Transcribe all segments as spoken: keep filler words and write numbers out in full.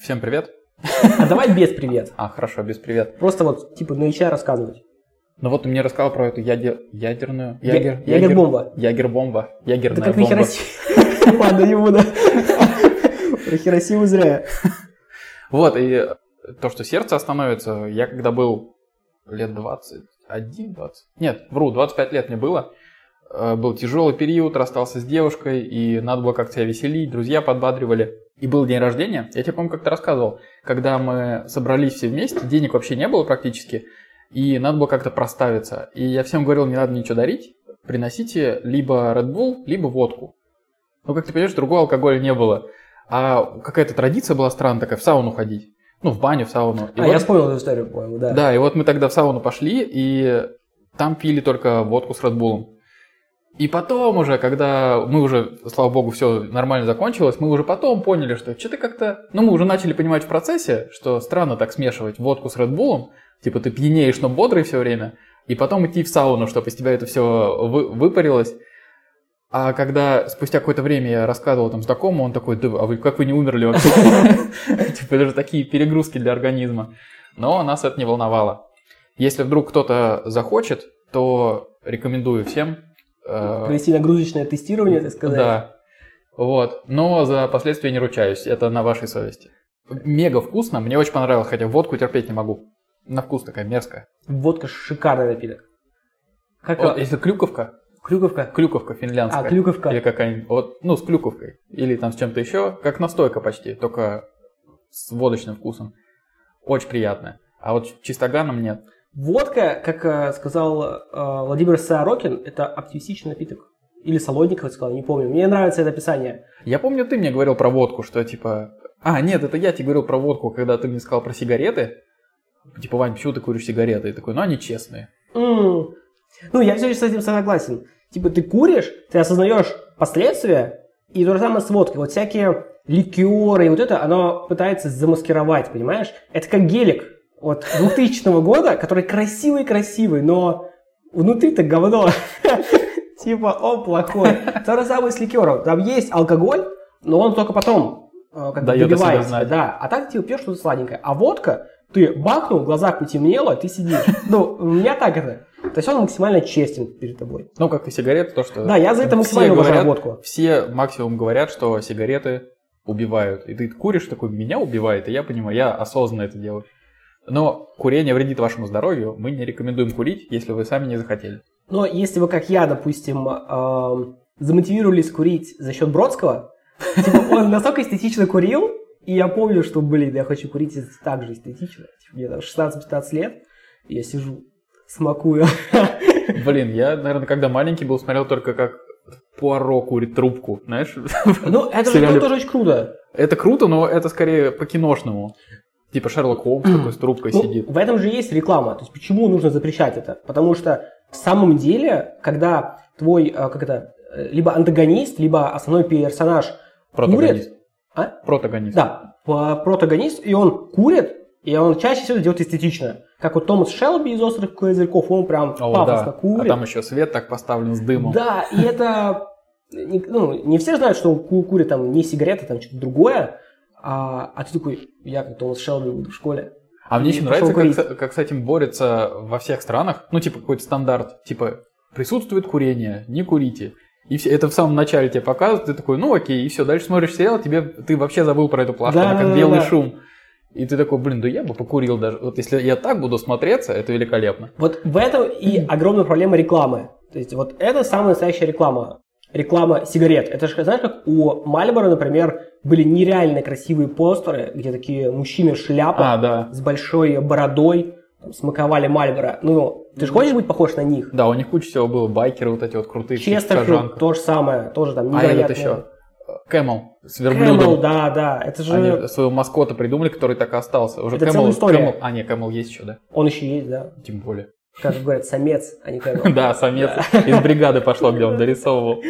Всем привет. А давай без привет. А, хорошо, без привет. Просто вот, типа, на ича рассказывать. Ну вот ты мне рассказал про эту ядер... ядерную... Ягер... Ягер-бомба. Ягер-бомба. Ягерная это как бомба. на Хиросиме. Ладно, не буду. Про Хиросиму зря. Вот, и то, что сердце остановится, я когда был лет двадцать один двадцать... Нет, вру, двадцать пять лет мне было. Был тяжелый период, расстался с девушкой, и надо было как-то себя веселить, друзья подбадривали. И был день рождения, я тебе, по-моему, как-то рассказывал, когда мы собрались все вместе, денег вообще не было практически, и надо было как-то проставиться. И я всем говорил, не надо ничего дарить, приносите либо Red Bull, либо водку. Ну, как ты понимаешь, другого алкоголя не было. А какая-то традиция была странная такая, в сауну ходить. Ну, в баню, в сауну. И а, вот... я вспомнил эту историю, по-моему, да. Да, и вот мы тогда в сауну пошли, и там пили только водку с Red Bull. И потом уже, когда мы уже, слава богу, все нормально закончилось, мы уже потом поняли, что что-то как-то... Ну, мы уже начали понимать в процессе, что странно так смешивать водку с Red Bull, типа ты пьянеешь, но бодрый все время, и потом идти в сауну, чтобы из тебя это все вы, выпарилось. А когда спустя какое-то время я рассказывал там знакомому, он такой, да, а вы как вы не умерли вообще? Типа это же такие перегрузки для организма. Но нас это не волновало. Если вдруг кто-то захочет, то рекомендую всем провести нагрузочное тестирование, так сказать. Да. Вот. Но за последствия не ручаюсь. Это на вашей совести. Мега вкусно. Мне очень понравилось, хотя водку терпеть не могу. На вкус такая мерзкая. Водка шикарный напиток. Как вот, а... Если клюковка. Клюковка? Клюковка финляндская. А, клюковка. Или какая-нибудь. Вот, ну, с клюковкой. Или там с чем-то еще. Как настойка почти. Только с водочным вкусом. Очень приятная. А вот чистоганом нет. Водка, как э, сказал э, Владимир Сорокин, это оптимистичный напиток. Или Солодников сказал, не помню. Мне нравится это описание. Я помню, ты мне говорил про водку, что типа... А, нет, это я тебе говорил про водку, когда ты мне сказал про сигареты. Типа, Вань, почему ты куришь сигареты? И такой, ну они честные. Mm. Ну, я все еще с этим согласен. Типа, ты куришь, ты осознаешь последствия, и то же самое с водкой. Вот всякие ликеры и вот это, оно пытается замаскировать, понимаешь? Это как гелик. Вот двухтысячного года, который красивый-красивый, но внутри-то говно. Типа, он плохой. То же самое с ликером. Там есть алкоголь, но он только потом как бы добивается. Да. А так ты типа, пьешь что-то сладенькое. А водка, ты бахнул, в глазах потемнело, ты сидишь. Ну, у меня так это. То есть он максимально честен перед тобой. Ну, как и сигареты, то, что... Да, я за это максимально уважаю водку. Все максимум говорят, что сигареты убивают. И ты куришь такой, меня убивает, и я понимаю, я осознанно это делаю. Но курение вредит вашему здоровью, мы не рекомендуем курить, если вы сами не захотели. Но если вы, как я, допустим, э, замотивировались курить за счет Бродского, типа он настолько эстетично курил, и я помню, что, блин, я хочу курить так же эстетично. Мне там шестнадцать-пятнадцать лет, и я сижу, смакую. Блин, я, наверное, когда маленький был, смотрел только как Пуаро курит трубку, знаешь? Ну, это же тоже очень круто. Это круто, но это скорее по-киношному. Типа Шерлок Холмс такой с трубкой ну, сидит. В этом же есть реклама. То есть почему нужно запрещать это? Потому что в самом деле, когда твой, как это, либо антагонист, либо основной персонаж протагонист. курит... А? Протагонист. Да, протагонист, и он курит, и он чаще всего делает эстетично. Как вот Томас Шелби из «Острых козырьков», он прям О, пафосно да. курит. А там еще свет так поставлен с дымом. Да, и это... Ну, не все знают, что он курит там не сигареты, там что-то другое. А, а ты такой, я как Томас Шелби буду в школе. А мне еще нравится, как, как с этим борются во всех странах. Ну, типа, какой-то стандарт. Типа, присутствует курение, не курите. И все, это в самом начале тебе показывают, ты такой, ну окей, и все. Дальше смотришь сериал, тебе, ты вообще забыл про эту плашку, да, она как да, белый да. шум. И ты такой, блин, да я бы покурил даже. Вот если я так буду смотреться, это великолепно. Вот в этом и огромная проблема рекламы. То есть, вот это самая настоящая реклама. Реклама сигарет. Это же, знаешь, как у Marlboro, например, были нереально красивые постеры, где такие мужчины в шляпах а, да. с большой бородой там, смаковали Marlboro. Ну, ты же хочешь быть похож на них? Да, у них куча всего было. Байкеры вот эти вот крутые. Честерфилд, то же самое. Тоже там невероятно. А этот еще. Кэмел с верблюдом. Кэмел, да, да. Это же... Они своего маскота придумали, который так и остался. Уже это Кэмел, целая история. Кэмел... А, нет, Кэмел есть еще, да? Он еще есть, да. Тем более. Как говорят, самец, а не Кэмел. Да, самец. Из бригады пошло, где он дорисовывал.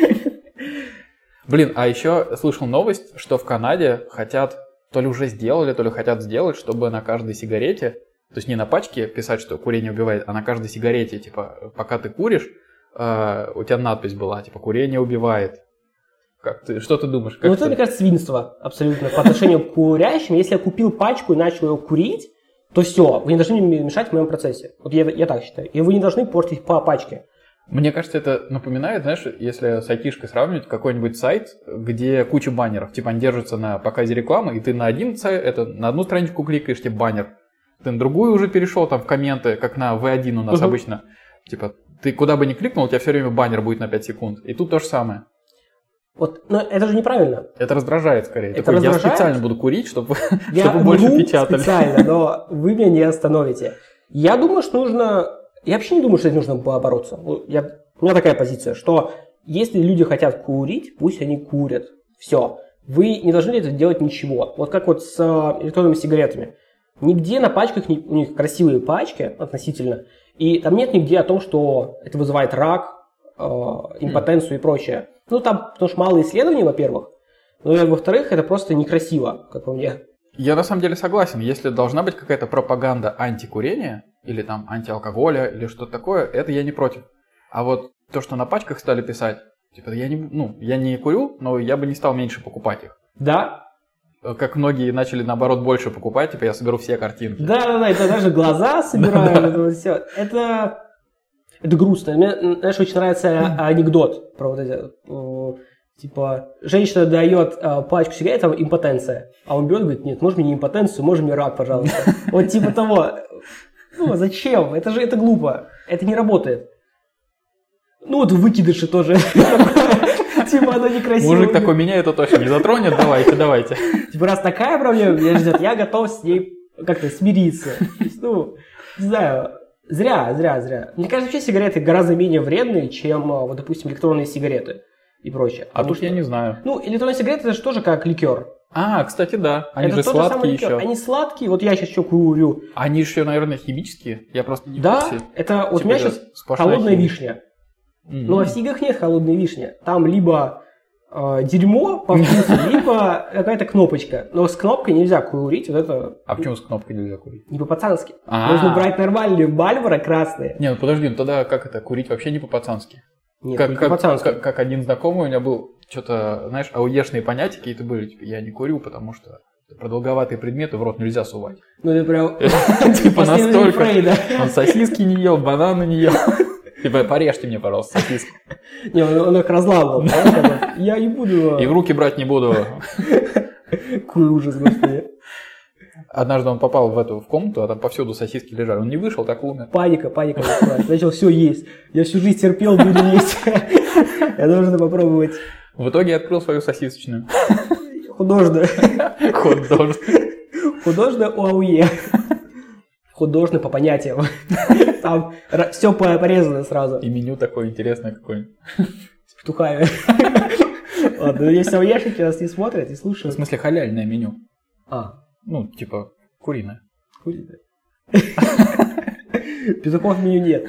Блин, а еще слышал новость, что в Канаде хотят, то ли уже сделали, то ли хотят сделать, чтобы на каждой сигарете, то есть не на пачке писать, что курение убивает, а на каждой сигарете, типа, пока ты куришь, э, у тебя надпись была, типа, курение убивает. Как ты, что ты думаешь? Как Ну, ты... это, мне кажется, свинство абсолютно по отношению к курящим. Если я купил пачку и начал ее курить, то все, вы не должны мне мешать в моем процессе. Вот я, я так считаю. И вы не должны портить по пачке. Мне кажется, это напоминает, знаешь, если с айтишкой сравнивать, какой-нибудь сайт, где куча баннеров. Типа они держатся на показе рекламы, и ты на один сайт, это на одну страничку кликаешь, типа баннер. Ты на другую уже перешел, там в комменты, как на ви один у нас uh-huh. обычно. Типа ты куда бы ни кликнул, у тебя все время баннер будет на пять секунд. И тут то же самое. Вот, но это же неправильно. Это раздражает скорее. Это Такой, раздражает? Я специально буду курить, чтобы, я чтобы больше печатали. Специально, но вы меня не остановите. Я думаю, что нужно... Я вообще не думаю, что это нужно бороться. Я... У меня такая позиция, что если люди хотят курить, пусть они курят. Все. Вы не должны это делать ничего. Вот как вот с электронными сигаретами. Нигде на пачках, у них красивые пачки относительно, и там нет нигде о том, что это вызывает рак, э, импотенцию mm. и прочее. Ну, там, потому что мало исследований, во-первых, но и, во-вторых, это просто некрасиво, как по мне. Я на самом деле согласен. Если должна быть какая-то пропаганда антикурения, или там антиалкоголя, или что-то такое, это я не против. А вот то, что на пачках стали писать, типа, я не, ну, я не курю, но я бы не стал меньше покупать их. Да. Как многие начали, наоборот, больше покупать, типа, я соберу все картинки. Да-да-да, это даже глаза собираю, это вот все. Это... Это грустно. Мне, знаешь, очень нравится анекдот про вот эти, типа, женщина дает пачку сигарет, там импотенция, а он берет, говорит, нет, можно мне не импотенцию, можно мне рак, пожалуйста. Вот типа того. Ну, зачем? Это же это глупо. Это не работает. Ну, вот выкидыши тоже. Типа, оно некрасиво. Мужик такой, меня это точно не затронет, давайте, давайте. Типа, раз такая проблема меня ждет, я готов с ней как-то смириться. Ну, не знаю... Зря, зря, зря. Мне кажется, вообще сигареты гораздо менее вредные, чем, вот, допустим, электронные сигареты и прочее. А тут что, я не знаю. Ну, электронные сигареты это же тоже как ликер. А, кстати, да. Они это же сладкие еще. Они сладкие, вот я сейчас еще курю. Они же еще, наверное, химические. Я просто не Да, курсе. это вот типа у меня сейчас холодная химия. вишня. Mm-hmm. Но во сигах нет холодной вишни. Там либо э, дерьмо по вкусу, либо какая-то кнопочка. Но с кнопкой нельзя курить. Вот это... А почему с кнопкой нельзя курить? Не по-пацански. А-а-а. Нужно брать нормальные Мальборо красные. Не, ну подожди, ну тогда как это, курить вообще не по-пацански? Нет, как, не как, по-пацански. Как, как один знакомый у меня был, что-то, знаешь, ауешные понятики, и ты были, типа, я не курю, потому что продолговатые предметы в рот нельзя сувать. Ну ты прям... Типа настолько... Он сосиски не ел, бананы не ел. Типа, порежьте мне, пожалуйста, сосиски. Не, он, он их разламывал. Я не буду... И в руки брать не буду. Какой ужас, господи. Однажды он попал в эту в комнату, а там повсюду сосиски лежали. Он не вышел, так умер. Паника, паника началась. Начал все есть. Я всю жизнь терпел, буду есть. Я должен попробовать. В итоге я открыл свою сосисочную. Художественную. Художественную. Художественную ОАУЕ. Художественную по понятиям. Там все порезано сразу. И меню такое интересное какое-нибудь. С петухами. Ладно, если АУЕшники нас не смотрят и слушают. В смысле, халяльное меню. А. Ну, типа, куриное. Куриное. Петухов в меню нет.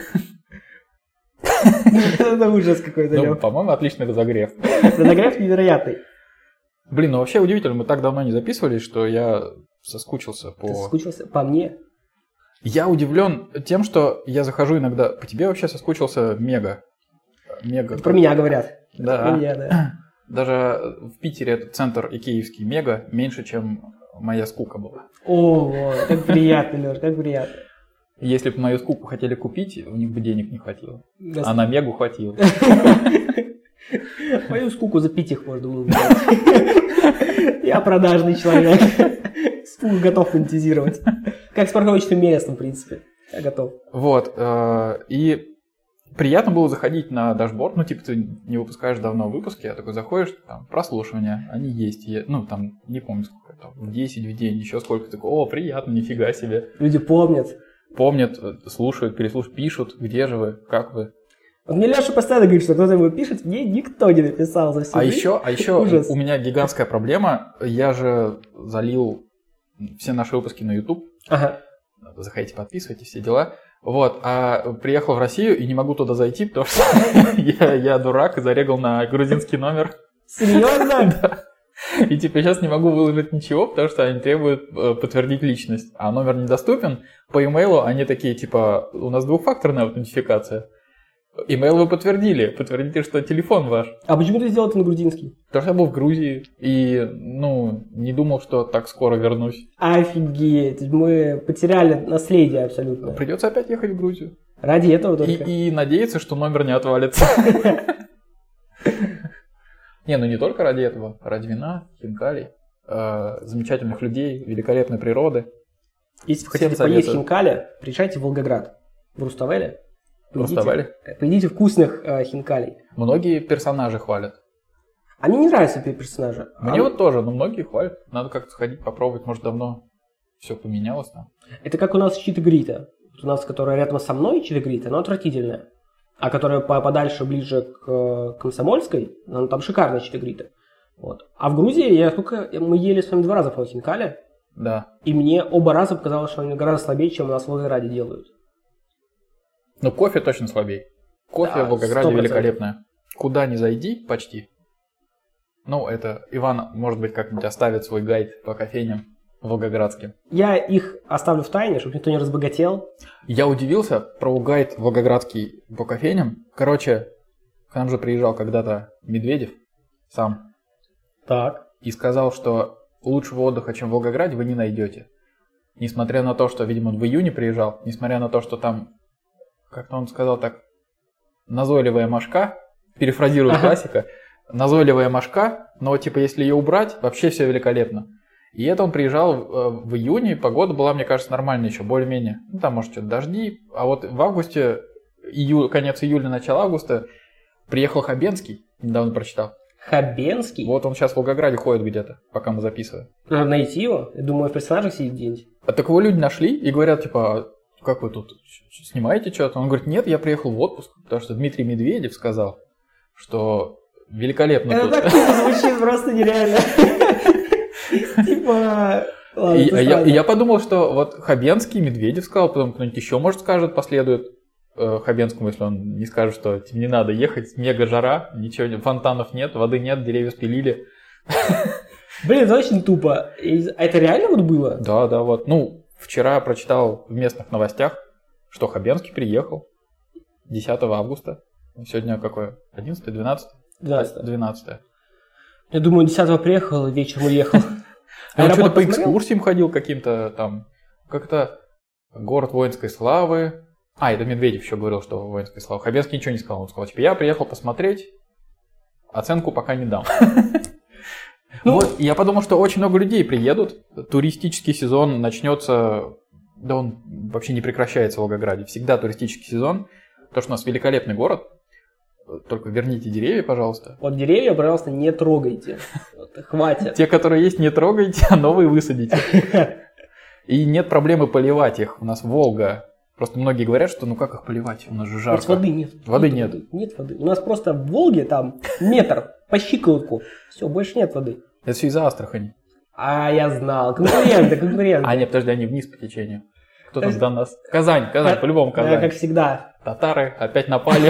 Это ужас какой-то. Ну, по-моему, отличный разогрев. Разогрев невероятный. Блин, ну вообще удивительно, мы так давно не записывались, что я соскучился по... Ты соскучился по мне? Я удивлен тем, что я захожу иногда... По тебе вообще соскучился мега. Мега. Про меня говорят. Да. Про меня, да. Даже в Питере этот центр икеевский мега меньше, чем моя скука была. О, как приятно, Лёш, как приятно. Если бы мою скуку хотели купить, у них бы денег не хватило. Господи. А на мегу хватило. Мою скуку за пить их можно было взять. Я продажный человек. Скуку готов монетизировать. Как с парковочным местом, в принципе. Я готов. Вот. И приятно было заходить на дашборд. Ну, типа, ты не выпускаешь давно выпуски, а такой заходишь, там, прослушивания, они есть. Ну, там, не помню, сколько там, в десять в день, еще сколько. Такой, о, приятно, нифига себе. Люди помнят. Помнят, слушают, переслушают, пишут, где же вы, как вы. Вот мне Леша постоянно говорит, что кто-то ему пишет, мне никто не написал за всю а жизнь. Еще, а еще Ужас. У меня гигантская проблема. Я же залил все наши выпуски на YouTube. Ага. Заходите, подписывайтесь, все дела. Вот, а приехал в Россию и не могу туда зайти, потому что я, я дурак и зарегал на грузинский номер. Серьезно? Да. И типа сейчас не могу выложить ничего, потому что они требуют э, подтвердить личность. А номер недоступен. По имейлу они такие, типа, у нас двухфакторная аутентификация. Имейл вы подтвердили. Подтвердите, что телефон ваш. А почему ты сделал это на грузинский? Потому что я был в Грузии и, ну, не думал, что так скоро вернусь. Офигеть, мы потеряли наследие абсолютно. Придется опять ехать в Грузию. Ради этого только. И, и надеяться, что номер не отвалится. Не, ну не только ради этого. Ради вина, хинкалей, замечательных людей, великолепной природы. Если вы хотите поесть хинкали, приезжайте в Волгоград. В Руставели. В Руставели? Поедите вкусных э, хинкалей. Многие персонажи хвалят. А мне не нравятся персонажи. Мне а... вот тоже, но многие хвалят. Надо как-то сходить, попробовать. Может, давно все поменялось там. Это как у нас чита-грита. У нас, которая рядом со мной, чита-грита, она отвратительная. А которая подальше, ближе к Комсомольской, она там шикарная чита-грита. Вот. А в Грузии я сколько... мы ели с вами два раза по хинкали. Да. И мне оба раза показалось, что они гораздо слабее, чем у нас в Волгограде делают. Ну, кофе точно слабее. Кофе да, в Волгограде сто процентов великолепное. Куда ни зайди, почти. Ну, это Иван, может быть, как-нибудь оставит свой гайд по кофейням волгоградским. Я их оставлю в тайне, чтобы никто не разбогател. Я удивился про гайд волгоградский по кофейням. Короче, к нам же приезжал когда-то Медведев сам. Так. И сказал, что лучшего отдыха, чем в Волгограде, вы не найдете. Несмотря на то, что, видимо, он в июне приезжал, несмотря на то, что там, как-то он сказал так, назойливая мошка, перефразирует ага. классика, назойливая мошка, но типа если ее убрать, вообще все великолепно. И это он приезжал в, в июне, погода была, мне кажется, нормальная еще, более-менее. Ну там, может, что-то дожди, а вот в августе, июль, конец июля, начало августа, приехал Хабенский, недавно прочитал. Хабенский? Вот он сейчас в Волгограде ходит где-то, пока мы записываем. Надо найти его, я думаю, в персонажах сидит где-нибудь. А так его люди нашли и говорят, типа, как вы тут снимаете что-то? Он говорит, нет, я приехал в отпуск, потому что Дмитрий Медведев сказал, что великолепно это тут. Это так звучит просто нереально. Типа... Я подумал, что вот Хабенский, Медведев сказал, потом кто-нибудь еще, может, скажет, последует Хабенскому, если он не скажет, что тебе не надо ехать, мега жара, ничего, фонтанов нет, воды нет, деревья спилили. Блин, это очень тупо. А это реально вот было? Да, да, вот. Ну, вчера прочитал в местных новостях, что Хабенский приехал десятого августа. Сегодня какое? одиннадцатое, двенадцатое? двенадцатое. двенадцатое. Я думаю, десятого приехал, вечером уехал. Он что-то по экскурсиям ходил каким-то там, как-то город воинской славы. А, это Медведев еще говорил, что воинской славы. Хабенский ничего не сказал. Он сказал, типа, я приехал посмотреть, оценку пока не дам. Ну, вот, я подумал, что очень много людей приедут. Туристический сезон начнется, да он вообще не прекращается в Волгограде. Всегда туристический сезон. Потому что у нас великолепный город. Только верните деревья, пожалуйста. Вот деревья, пожалуйста, не трогайте. Хватит. Те, которые есть, не трогайте, а новые высадите. И нет проблемы поливать их. У нас Волга. Просто многие говорят, что ну как их поливать? У нас же жарко. Воды нет. Воды нет. Воды. Нет воды. У нас просто в Волге там метр по щиколотку. Все, больше нет воды. Это все из-за Астрахани. А, я знал. Конкуренты, конкуренты. А, нет, подожди, они вниз по течению. Кто там до нас? Казань, Казань, по-любому Казань. Да, как всегда. Татары опять напали.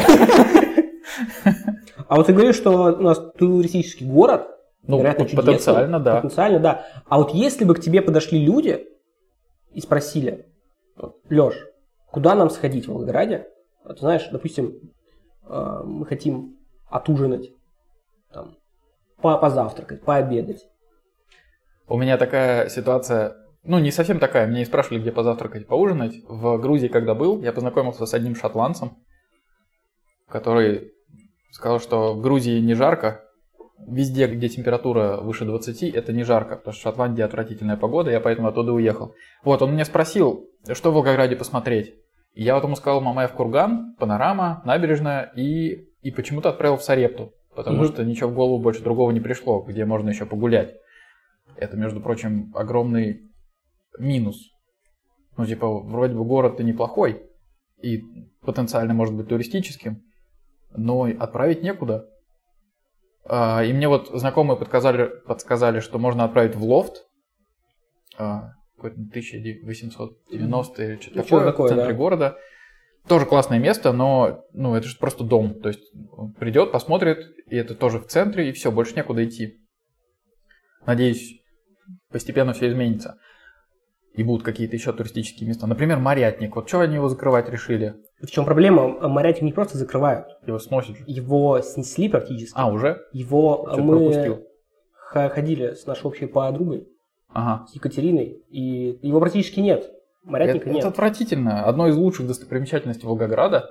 А вот ты говоришь, что у нас туристический город. Ну, вероятно, потенциально, да. Потенциально, да. А вот если бы к тебе подошли люди и спросили, Лёш, куда нам сходить в Волгограде? Вот, знаешь, допустим, мы хотим отужинать, там, позавтракать, пообедать. У меня такая ситуация, ну не совсем такая, меня и спрашивали, где позавтракать, поужинать. В Грузии, когда был, я познакомился с одним шотландцем, который сказал, что в Грузии не жарко. Везде, где температура выше двадцати, это не жарко, потому что в Шотландии отвратительная погода, я поэтому оттуда уехал. Вот, он меня спросил, что в Волгограде посмотреть. И я вот ему сказал Мамаев курган, панорама, набережная и, и почему-то отправил в Сарепту, потому mm-hmm. что ничего в голову больше другого не пришло, где можно еще погулять. Это, между прочим, огромный минус. Ну, типа, вроде бы город-то неплохой и потенциально может быть туристическим, но отправить некуда. И мне вот знакомые подсказали, подсказали, что можно отправить в Лофт, какой-то тысяча восемьсот девяностый или что-то такое, такое, в центре да. города. Тоже классное место, но ну, это же просто дом. То есть он придет, посмотрит, и это тоже в центре, и все, больше некуда идти. Надеюсь, постепенно все изменится. и будут какие-то еще туристические места. Например, Марятник. Вот что они его закрывать решили? В чем проблема? Марятник не просто закрывают. Его сносят же. Его снесли практически. А, уже? Его Что-то мы пропустил. ходили с нашей общей подругой, Ага. с Екатериной, и его практически нет. Марятника Это, нет. это отвратительно. Одно из лучших достопримечательностей Волгограда.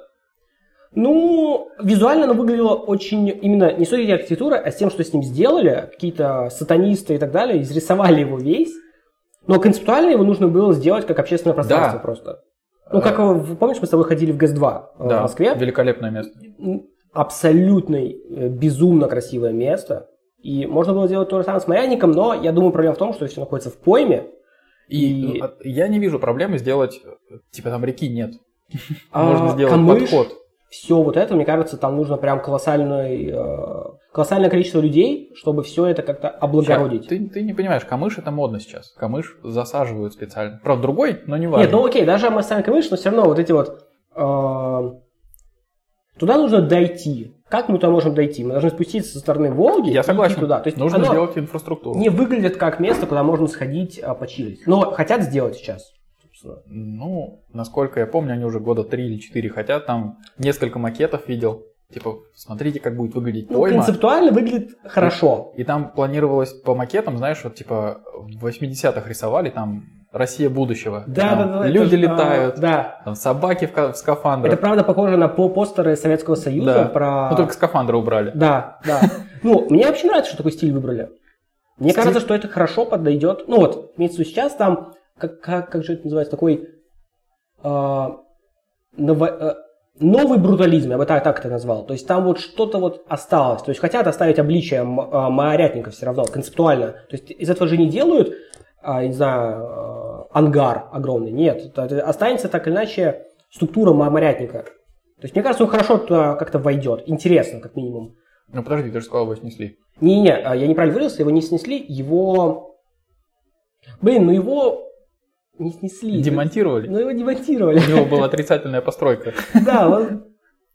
Ну, визуально оно выглядело очень, именно не с той архитектурой, а с тем, что с ним сделали, какие-то сатанисты и так далее, изрисовали его весь. Но концептуально его нужно было сделать как общественное пространство Да. просто. Ну, как, э, помнишь, мы с тобой ходили в ГЭС два э, Да, в Москве? великолепное место. Абсолютно э, безумно красивое место. И можно было сделать то же самое с Марятником, но я думаю, проблема в том, что все находится в пойме. И, И- я не вижу проблемы сделать, типа там реки нет. А Можно сделать камыш, подход. Все вот это, мне кажется, там нужно прям колоссальное, э, колоссальное количество людей, чтобы все это как-то облагородить. Ща, Ты, ты не понимаешь, камыш это модно сейчас. Камыш засаживают специально. Правда, другой, но не важно. Нет, ну окей, даже мы сами камыш, но все равно вот эти вот... э, туда нужно дойти. Как мы туда можем дойти? Мы должны спуститься со стороны Волги Я и согласен. идти туда. То есть Нужно оно сделать инфраструктуру. не выглядит как место, куда можно сходить а, почилить. Но хотят сделать сейчас. собственно. Ну, насколько я помню, они уже года три или четыре хотят. Там несколько макетов видел. Типа, смотрите, как будет выглядеть Ну, пойма. концептуально выглядит хорошо. И там планировалось по макетам, знаешь, вот типа в восьмидесятых рисовали там Россия будущего. Да, Там да, да. люди это, летают, а, да. там собаки в, ка- в скафандрах. Это правда похоже на по- постеры Советского Союза Да. про... Ну, только скафандры убрали. Да, да. Ну, мне вообще нравится, что такой стиль выбрали. Мне Стиль- кажется, что это хорошо подойдет. Ну вот, имеется в виду сейчас там, как, как, как же это называется, такой а, ново- а, новый брутализм, я бы так, так это назвал. То есть там вот что-то вот осталось. То есть хотят оставить обличие м- а, Марятника все равно, концептуально. То есть из этого же не делают, а, не знаю, а, ангар огромный. Нет, это- это останется так или иначе структура Ма- Марятника. То есть мне кажется, он хорошо туда как-то войдет. Интересно, как минимум. Ну, подожди, ты же сказал, его снесли. Не-не, а, я неправильно выразился, его не снесли, его... Блин, ну его не снесли. Демонтировали. Ну его демонтировали. У него была отрицательная постройка. Да, он...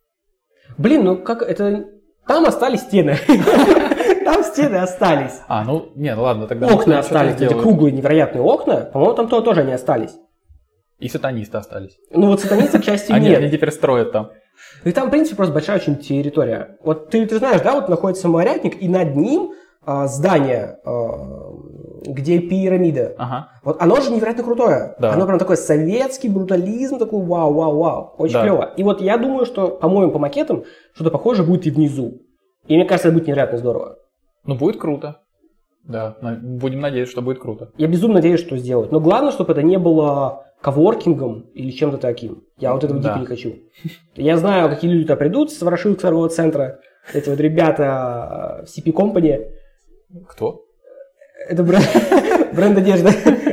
Блин, ну как это... Там остались стены. Там стены остались. А, ну, нет, ладно, тогда... Окна что-то остались, эти сделают. круглые невероятные окна. По-моему, там то- тоже они остались. И сатанисты остались. Ну вот сатанисты, к счастью, Они, они нет. теперь строят там. И там, в принципе, просто большая очень территория. Вот ты, ты знаешь, да, вот находится Марятник, и над ним а, здание, а, где пирамида. Ага. Вот оно же невероятно крутое. Да. Оно прям такой советский брутализм, такой вау-вау-вау. Очень Да. клево. И вот я думаю, что, по-моему, по макетам что-то похожее будет и внизу. И мне кажется, это будет невероятно здорово. Ну, будет круто. Да, на- будем надеяться, что будет круто. Я безумно надеюсь, что сделать. Но главное, чтобы это не было коворкингом или чем-то таким. Я вот этого Да. дико не хочу. Я знаю, какие люди туда придут с Ворошиловского торгового центра. Эти вот ребята в си пи Company. Кто? Это бренд, бренд одежды.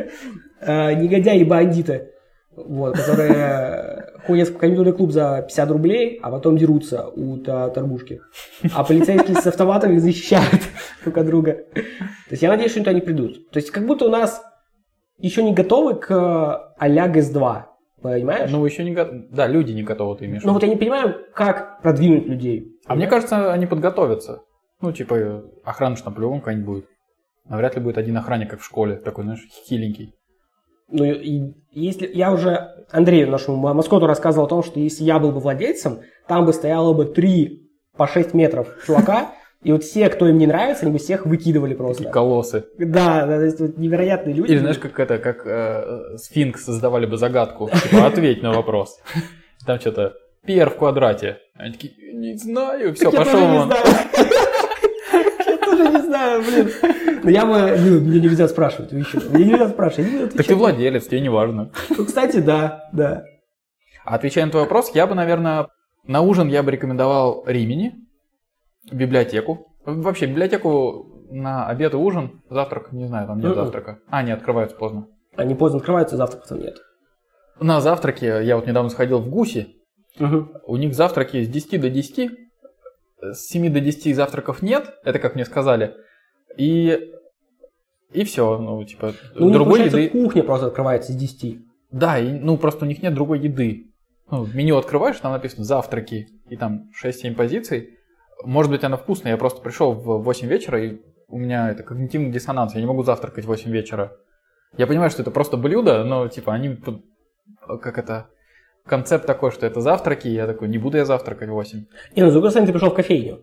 Э, Негодяи и бандиты. Вот, которые ходят в конъюнктурный клуб за пятьдесят рублей, а потом дерутся у та- торгушки. А полицейские с автоматами защищают друг от друга. То есть я надеюсь, что они туда не придут. То есть как будто у нас еще не готовы к а-ля ГЭС два. Понимаешь? Ну, еще не готовы. Да, люди не готовы, ты имеешь в Но виду. вот я не понимаю, как продвинуть людей. А мне кажется, они подготовятся. Ну, типа, охрана же там по-любому какая-нибудь будет. Навряд ли будет один охранник, как в школе, такой, знаешь, хиленький. Ну, и если я уже Андрею, нашему маскоту, рассказывал о том, что если я был бы владельцем, там бы стояло бы три по шесть метров чувака, и вот все, кто им не нравится, они бы всех выкидывали просто. Такие колоссы. Да, да, то есть вот невероятные люди. Или знаешь, как это, как э, сфинкс создавали бы загадку. Типа, ответь на вопрос. Там что-то, пи в квадрате. Они такие, не знаю, все, Так я пошел тоже не вон. знаю. Я тоже не знаю, блин. Но я бы, ну, мне нельзя спрашивать, вы еще. Мне нельзя спрашивать, я не буду Так ты отвечать. владелец, тебе не важно. Ну, кстати, да, да. А отвечая на твой вопрос, я бы, наверное, на ужин я бы рекомендовал Римини, библиотеку. Вообще, библиотеку на обед и ужин, завтрак, не знаю, там нет Мгм. завтрака. А, не, открываются поздно. Они поздно открываются, завтраков там нет. На завтраке, я вот недавно сходил в Гуси, Угу. у них завтраки с десяти до десяти, с семи до десяти завтраков нет, это как мне сказали, и, и все, ну, типа, Ну, у них, другой получается, еды. кухня просто открывается с десяти. Да, и, ну, просто у них нет другой еды. Ну, меню открываешь, там написано завтраки, и там шесть-семь позиций. Может быть, она вкусная, я просто пришел в восемь вечера, и у меня это когнитивный диссонанс, я не могу завтракать в восемь вечера. Я понимаю, что это просто блюдо, но, типа, они, как это, концепт такой, что это завтраки, и я такой, не буду я завтракать в восемь. И на другой стороне ты пришел в кофейню.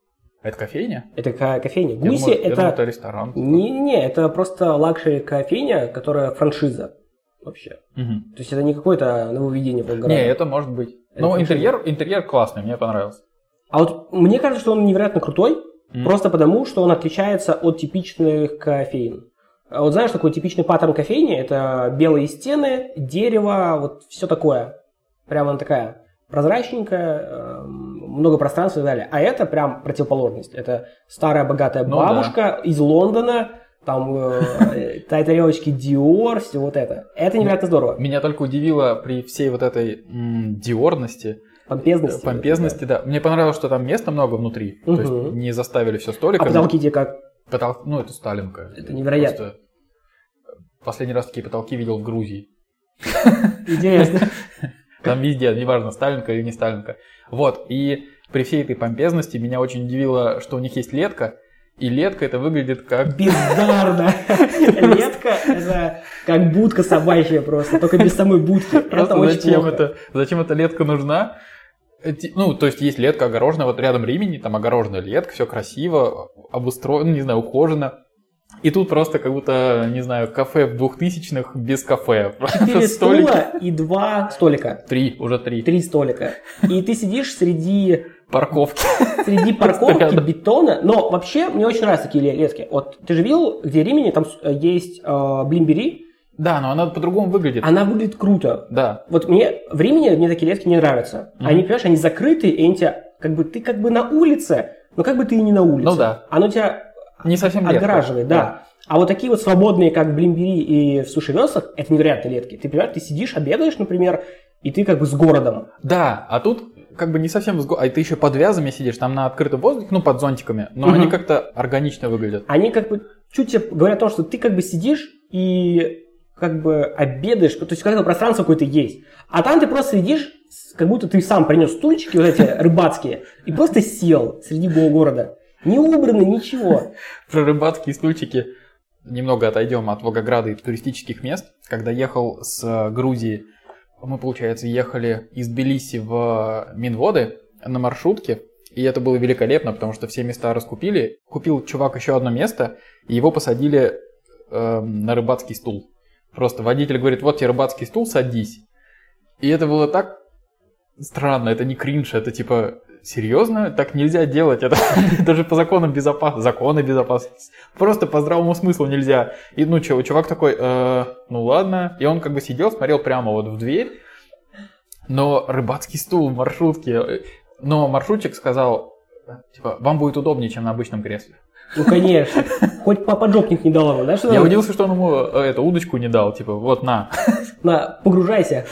А это кофейня? Это ко- кофейня. Я Гуси думаю, это... Я думаю, это ресторан. Не-не, это просто лакшери кофейня, которая франшиза вообще. Угу. То есть это не какое-то нововведение в Волгограде. Не, это может быть. Это Но франшиза. интерьер, интерьер классный, мне понравился. А вот мне кажется, что он невероятно крутой, Mm. просто потому, что он отличается от типичных кофеин. А вот знаешь, такой типичный паттерн кофейни – это белые стены, дерево, вот все такое. Прямо она такая прозрачненькая, много пространства и так далее. А это прям противоположность. Это старая богатая Ну бабушка из Лондона, там э, тарелочки Dior, все вот это. Это невероятно здорово. Меня только удивило при всей вот этой м, диорности, Помпезности. помпезности, да. Мне понравилось, что там места много внутри. Мгм. То есть не заставили все А столиками. потолки тебе как? Потол- Ну, это Сталинка. Это невероятно. Просто последний раз такие потолки видел в Грузии. Интересно. Там везде, неважно, Сталинка или не Сталинка. Вот, и при всей этой помпезности меня очень удивило, что у них есть летка, и летка это выглядит как... Бездарно. Летка – это как будка собачья просто, только без самой будки. Это Просто очень зачем плохо. это, зачем эта летка нужна? Эти- Ну, то есть есть летка огороженная, вот рядом Римини, там огороженная летка, все красиво, обустроено, ну, не знаю, ухожено. И тут просто как будто, не знаю, кафе в двухтысячных без кафе. Четыре Столики. стула и два столика. Три, уже три. Три столика. И ты сидишь среди, Парковки. среди парковки рядом. бетона. Но вообще мне очень нравятся такие ле- летки. Вот ты же видел, где Римини, там э, есть э, Блимбери. Да, но она по-другому выглядит. Она выглядит круто. Да. Вот мне в Римини мне такие летки не нравятся. Мгм. Они, понимаешь, они закрыты, и они тебя, как бы, ты как бы на улице, но как бы ты и не на улице. Ну да. Оно тебя Не совсем летка. отгораживает, да. А вот такие вот свободные, как в Блимбери и в суши-весах, это невероятные летки. Ты понимаешь, ты сидишь, обедаешь, например, и ты как бы с городом. Да, а тут как бы не совсем взго... А ты еще под вязами сидишь, там на открытом воздухе, ну, под зонтиками, но Мгм. они как-то органично выглядят. Они как бы чуть тебе говорят о том, что ты как бы сидишь и как бы обедаешь, то есть какое-то пространство какое-то есть. А там ты просто сидишь, с- как будто ты сам принес стульчики вот эти рыбацкие, и просто сел среди го- города. Не убрано, ничего. Про рыбацкие стульчики немного отойдем от Волгограда и туристических мест. Когда ехал с Грузии, мы, получается, ехали из Тбилиси в Минводы на маршрутке, и это было великолепно, потому что все места раскупили. Купил чувак еще одно место, и его посадили э, на рыбацкий стул. Просто водитель говорит, вот тебе рыбацкий стул, садись. И это было так странно, это не кринж, это типа... Серьезно? Так нельзя делать. Это, это же по законам безопасности. Законы безопасности. Просто по здравому смыслу нельзя. И ну что, чувак такой, э, ну ладно. И он как бы сидел, смотрел прямо вот в дверь. Но рыбацкий стул в маршрутке. Но маршрутчик сказал, типа, вам будет удобнее, чем на обычном кресле. Ну, конечно. Хоть поджопник не дал ему, да? Что Я надо? удивился, что он ему э, эту удочку не дал. Типа, вот на. На, погружайся.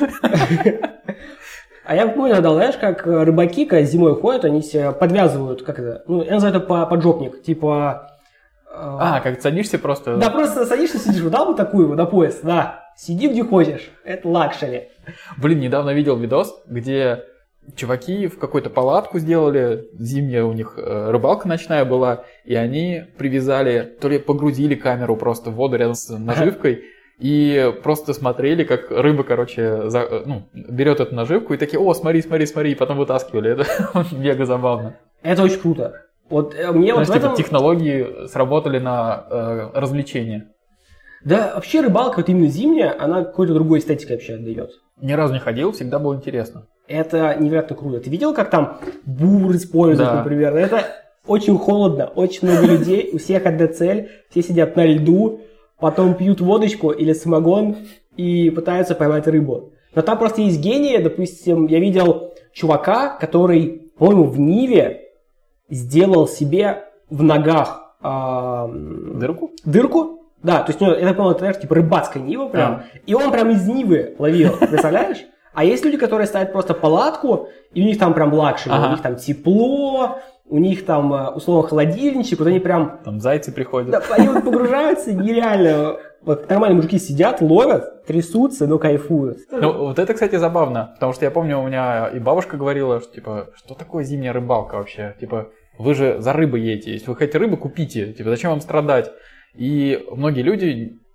А я помню, дал, знаешь, как рыбаки, когда зимой ходят, они себе подвязывают, как это, ну, я называю это по- поджопник, типа... э, А, как садишься просто. Да, просто садишься, сидишь, вот дал бы такую вот на пояс, да, сиди где хочешь, это лакшери. Блин, недавно видел видос, где чуваки в какую-то палатку сделали, зимняя у них э, рыбалка ночная была, и они привязали, то ли погрузили камеру просто в воду рядом с наживкой, и просто смотрели, как рыба, короче, за, э, ну, берет эту наживку, и такие, о, смотри, смотри, смотри, и потом вытаскивали. Это мега забавно. Это очень круто. Вот э, мне Знаешь, вот в типа этом... технологии сработали на э, развлечения. Да, вообще рыбалка, вот именно зимняя, она какой-то другой эстетикой вообще отдает. Ни разу не ходил, всегда было интересно. Это невероятно круто. Ты видел, как там бур используют, Да. например? Это очень холодно, очень много людей, у всех одна цель, все сидят на льду, потом пьют водочку или самогон и пытаются поймать рыбу. Но там просто есть гении, допустим, я видел чувака, который, по-моему, в Ниве сделал себе в ногах а, Дырку? дырку. Да, то есть, ну, это, по-моему, знаешь, типа рыбацкая Нива прям. А. И он прям из Нивы ловил, представляешь? А есть люди, которые ставят просто палатку, и у них там прям лакшери, Ага. у них там тепло, у них там, э, условно, холодильничек, вот они прям, Там зайцы приходят. да, они вот погружаются нереально. Вот нормальные мужики сидят, ловят, трясутся, но кайфуют. Ну, вот это, кстати, забавно, потому что я помню, у меня и бабушка говорила, что, типа, что такое зимняя рыбалка вообще? Типа, вы же за рыбой едете, если вы хотите рыбу, купите, типа, зачем вам страдать? И многие люди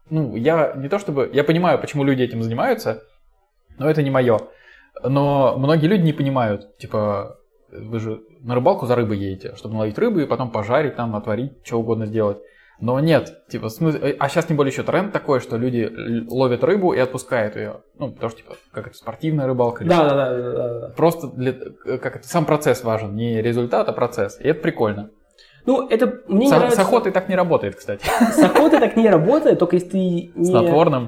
ну, я не то чтобы... Я понимаю, почему люди этим занимаются, но это не мое. Но многие люди не понимают, типа, вы же на рыбалку за рыбой едете, чтобы наловить рыбу и потом пожарить, там, отварить, что угодно сделать. Но нет, типа, смысл... а сейчас тем более еще тренд такой, что люди ловят рыбу и отпускают ее. Ну, потому что, типа, как это, спортивная рыбалка. Да, да, да, да, да. Просто для... как это, сам процесс важен, не результат, а процесс. И это прикольно. Ну, это мне С, не нравится... с охотой так не работает, кстати. С охотой так не работает, только если ты не... Снотворным.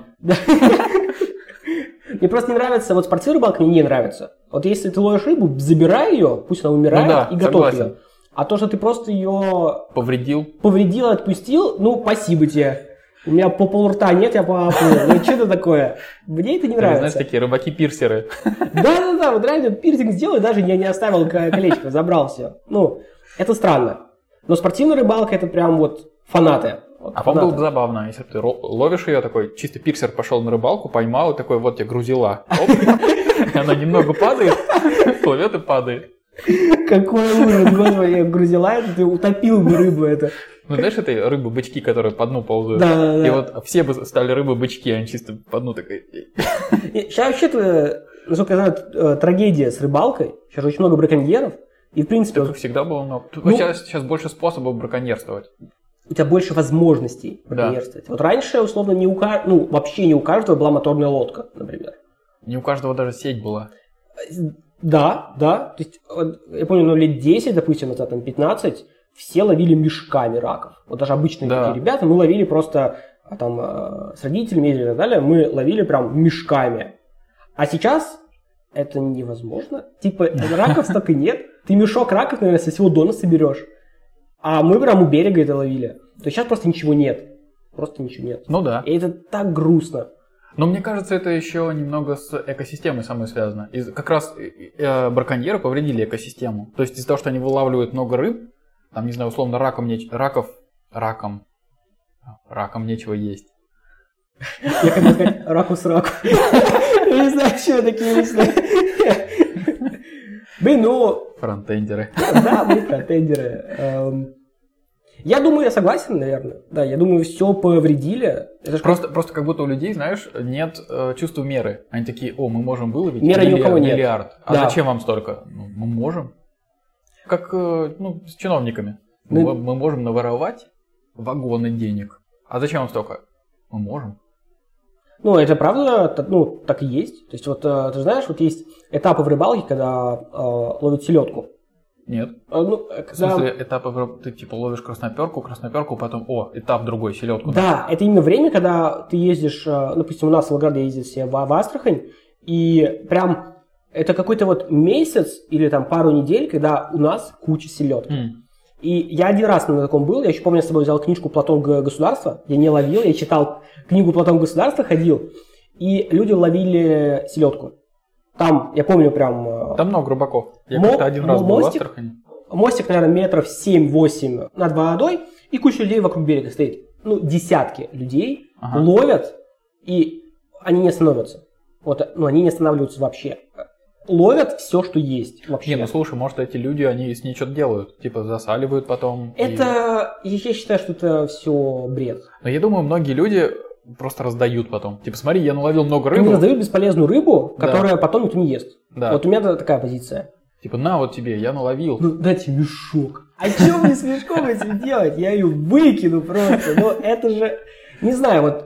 Мне просто не нравится, вот спортивная рыбалка мне не нравится. Вот если ты ловишь рыбу, забирай ее, пусть она умирает, ну да, и готовь согласен. ее. А то, что ты просто ее... Повредил. Повредил, отпустил, ну, спасибо тебе. У меня по полрта нет, я поплыл. Ну, что это такое? Мне это не нравится. Знаешь, такие рыбаки-пирсеры. Да-да-да, вот реально пирсинг сделал, даже я не оставил колечко, забрал все. Ну, это странно. Но спортивная рыбалка это прям вот фанаты. Вот а по-моему, было бы забавно, если ты ловишь ее такой, чисто пирсер пошел на рыбалку, поймал и такой, вот тебе грузила. Она немного падает, плывет и падает. Какой ужас, господи, грузила это, ты утопил бы рыбу это. Ну, знаешь, этой рыбы-бычки, которые по дну ползают? Да, да, да. И вот все бы стали рыбы-бычки, они чисто по дну такой... Сейчас вообще-то, насколько я знаю, трагедия с рыбалкой. Сейчас очень много браконьеров. И, в принципе... Так всегда было много. Ну, сейчас, сейчас больше способов браконьерствовать. У тебя больше возможностей браконьерствовать. Да. Вот раньше, условно, не у каждого, ну, вообще не у каждого была моторная лодка, например. Не у каждого даже сеть была. Да, да. То есть, я помню, ну, лет десять, допустим, назад, там, пятнадцать, все ловили мешками раков. Вот даже обычные да. такие ребята, мы ловили просто там с родителями и так далее, мы ловили прям мешками. А сейчас это невозможно. Типа, раков столько нет. Ты мешок раков, наверное, со всего дона соберешь. А мы прям у берега это ловили. То есть сейчас просто ничего нет. Просто ничего нет. Ну да. И это так грустно. Но мне кажется, это еще немного с экосистемой самой связано. И как раз э, браконьеры повредили экосистему. То есть из-за того, что они вылавливают много рыб, там, не знаю, условно, раком неч... раков... Раком... Раком нечего есть. Я хотел сказать ракус раку. Я не знаю, чего такие мысли. Блин, ну... Фронтендеры. Да, мы фронтендеры. Я думаю, я согласен, наверное. Да, я думаю, все повредили. Это просто, как... просто как будто у людей, знаешь, нет э, чувства меры. Они такие, о, мы можем выловить меры миллиард, ни у кого нет. миллиард. А да. зачем вам столько? Ну, мы можем. Как э, ну, с чиновниками. Ну... Мы, мы можем наворовать вагоны денег. А зачем вам столько? Мы можем. Ну, это правда, ну, так и есть. То есть, вот ты знаешь, вот есть этапы в рыбалке, когда э, ловят селедку. Нет. А, ну, когда... В смысле, этапы, ты типа ловишь красноперку, красноперку, потом, о, этап другой, селедку. Да, да, это именно время, когда ты ездишь, допустим, у нас в Волгограде ездят все в, в Астрахань, и прям это какой-то вот месяц или там пару недель, когда у нас куча селедки. Mm. И я один раз на таком был, я еще помню, я с собой взял книжку «Платон государства», я не ловил, я читал книгу «Платон государства», ходил, и люди ловили селедку. Там, я помню, прям... Там много рыбаков. Я мо- как-то один раз был мостик, в Астрахани. Мостик, наверное, метров семь-восемь над водой, и куча людей вокруг берега стоит. Ну, десятки людей ага. ловят, и они не остановятся. Вот, ну, они не останавливаются вообще. Ловят все, что есть вообще. Не, ну слушай, может, эти люди, они с ней что-то делают. Типа засаливают потом. Это, и... я считаю, что это все бред. Но я думаю, многие люди просто раздают потом. Типа, смотри, я наловил много рыбы. Они раздают бесполезную рыбу, да. которая потом никто не ест. Да. Вот у меня такая позиция. Типа, на вот тебе, я наловил. Ну, дайте мешок. А что мне с мешком этим делать? Я ее выкину просто. Ну, это же... Не знаю, вот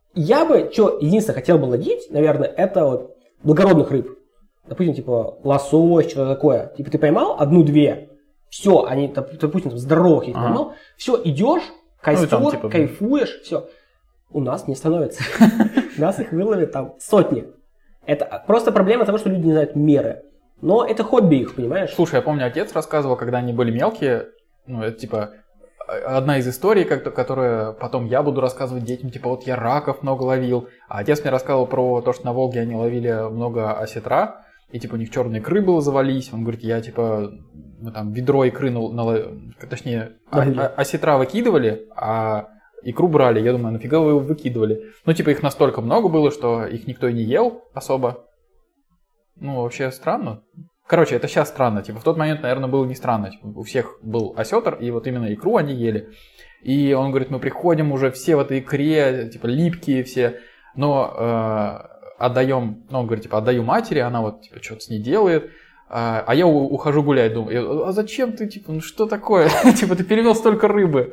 я бы, что единственное хотел бы ловить, наверное, это вот благородных рыб. Допустим, типа лосось, что-то такое. Типа ты поймал одну-две, все, они, допустим, там, здоровых ага. поймал, все, идешь, костер, ну, там, типа, кайфуешь, все. У нас не становится. У нас их выловят там сотни. Это просто проблема того, что люди не знают меры. Но это хобби их, понимаешь? Слушай, я помню, отец рассказывал, когда они были мелкие, ну, это типа одна из историй, которая потом я буду рассказывать детям, типа вот я раков много ловил, а отец мне рассказывал про то, что на Волге они ловили много осетра, и типа у них черные икры было завались, он говорит, я типа, ну там ведро икры, налов... точнее, да, осетра выкидывали, а икру брали, я думаю, нафига вы его выкидывали? Ну типа их настолько много было, что их никто и не ел особо. Ну, вообще странно. Короче, это сейчас странно. Типа, в тот момент, наверное, было не странно. Типа, у всех был осетр, и вот именно икру они ели. И он говорит, мы приходим уже все в этой икре, типа липкие все, но э, отдаем, ну он говорит, типа отдаю матери, она вот типа что-то с ней делает, а, а я у, ухожу гулять, думаю, а зачем ты, типа, ну что такое, типа ты перевел столько рыбы.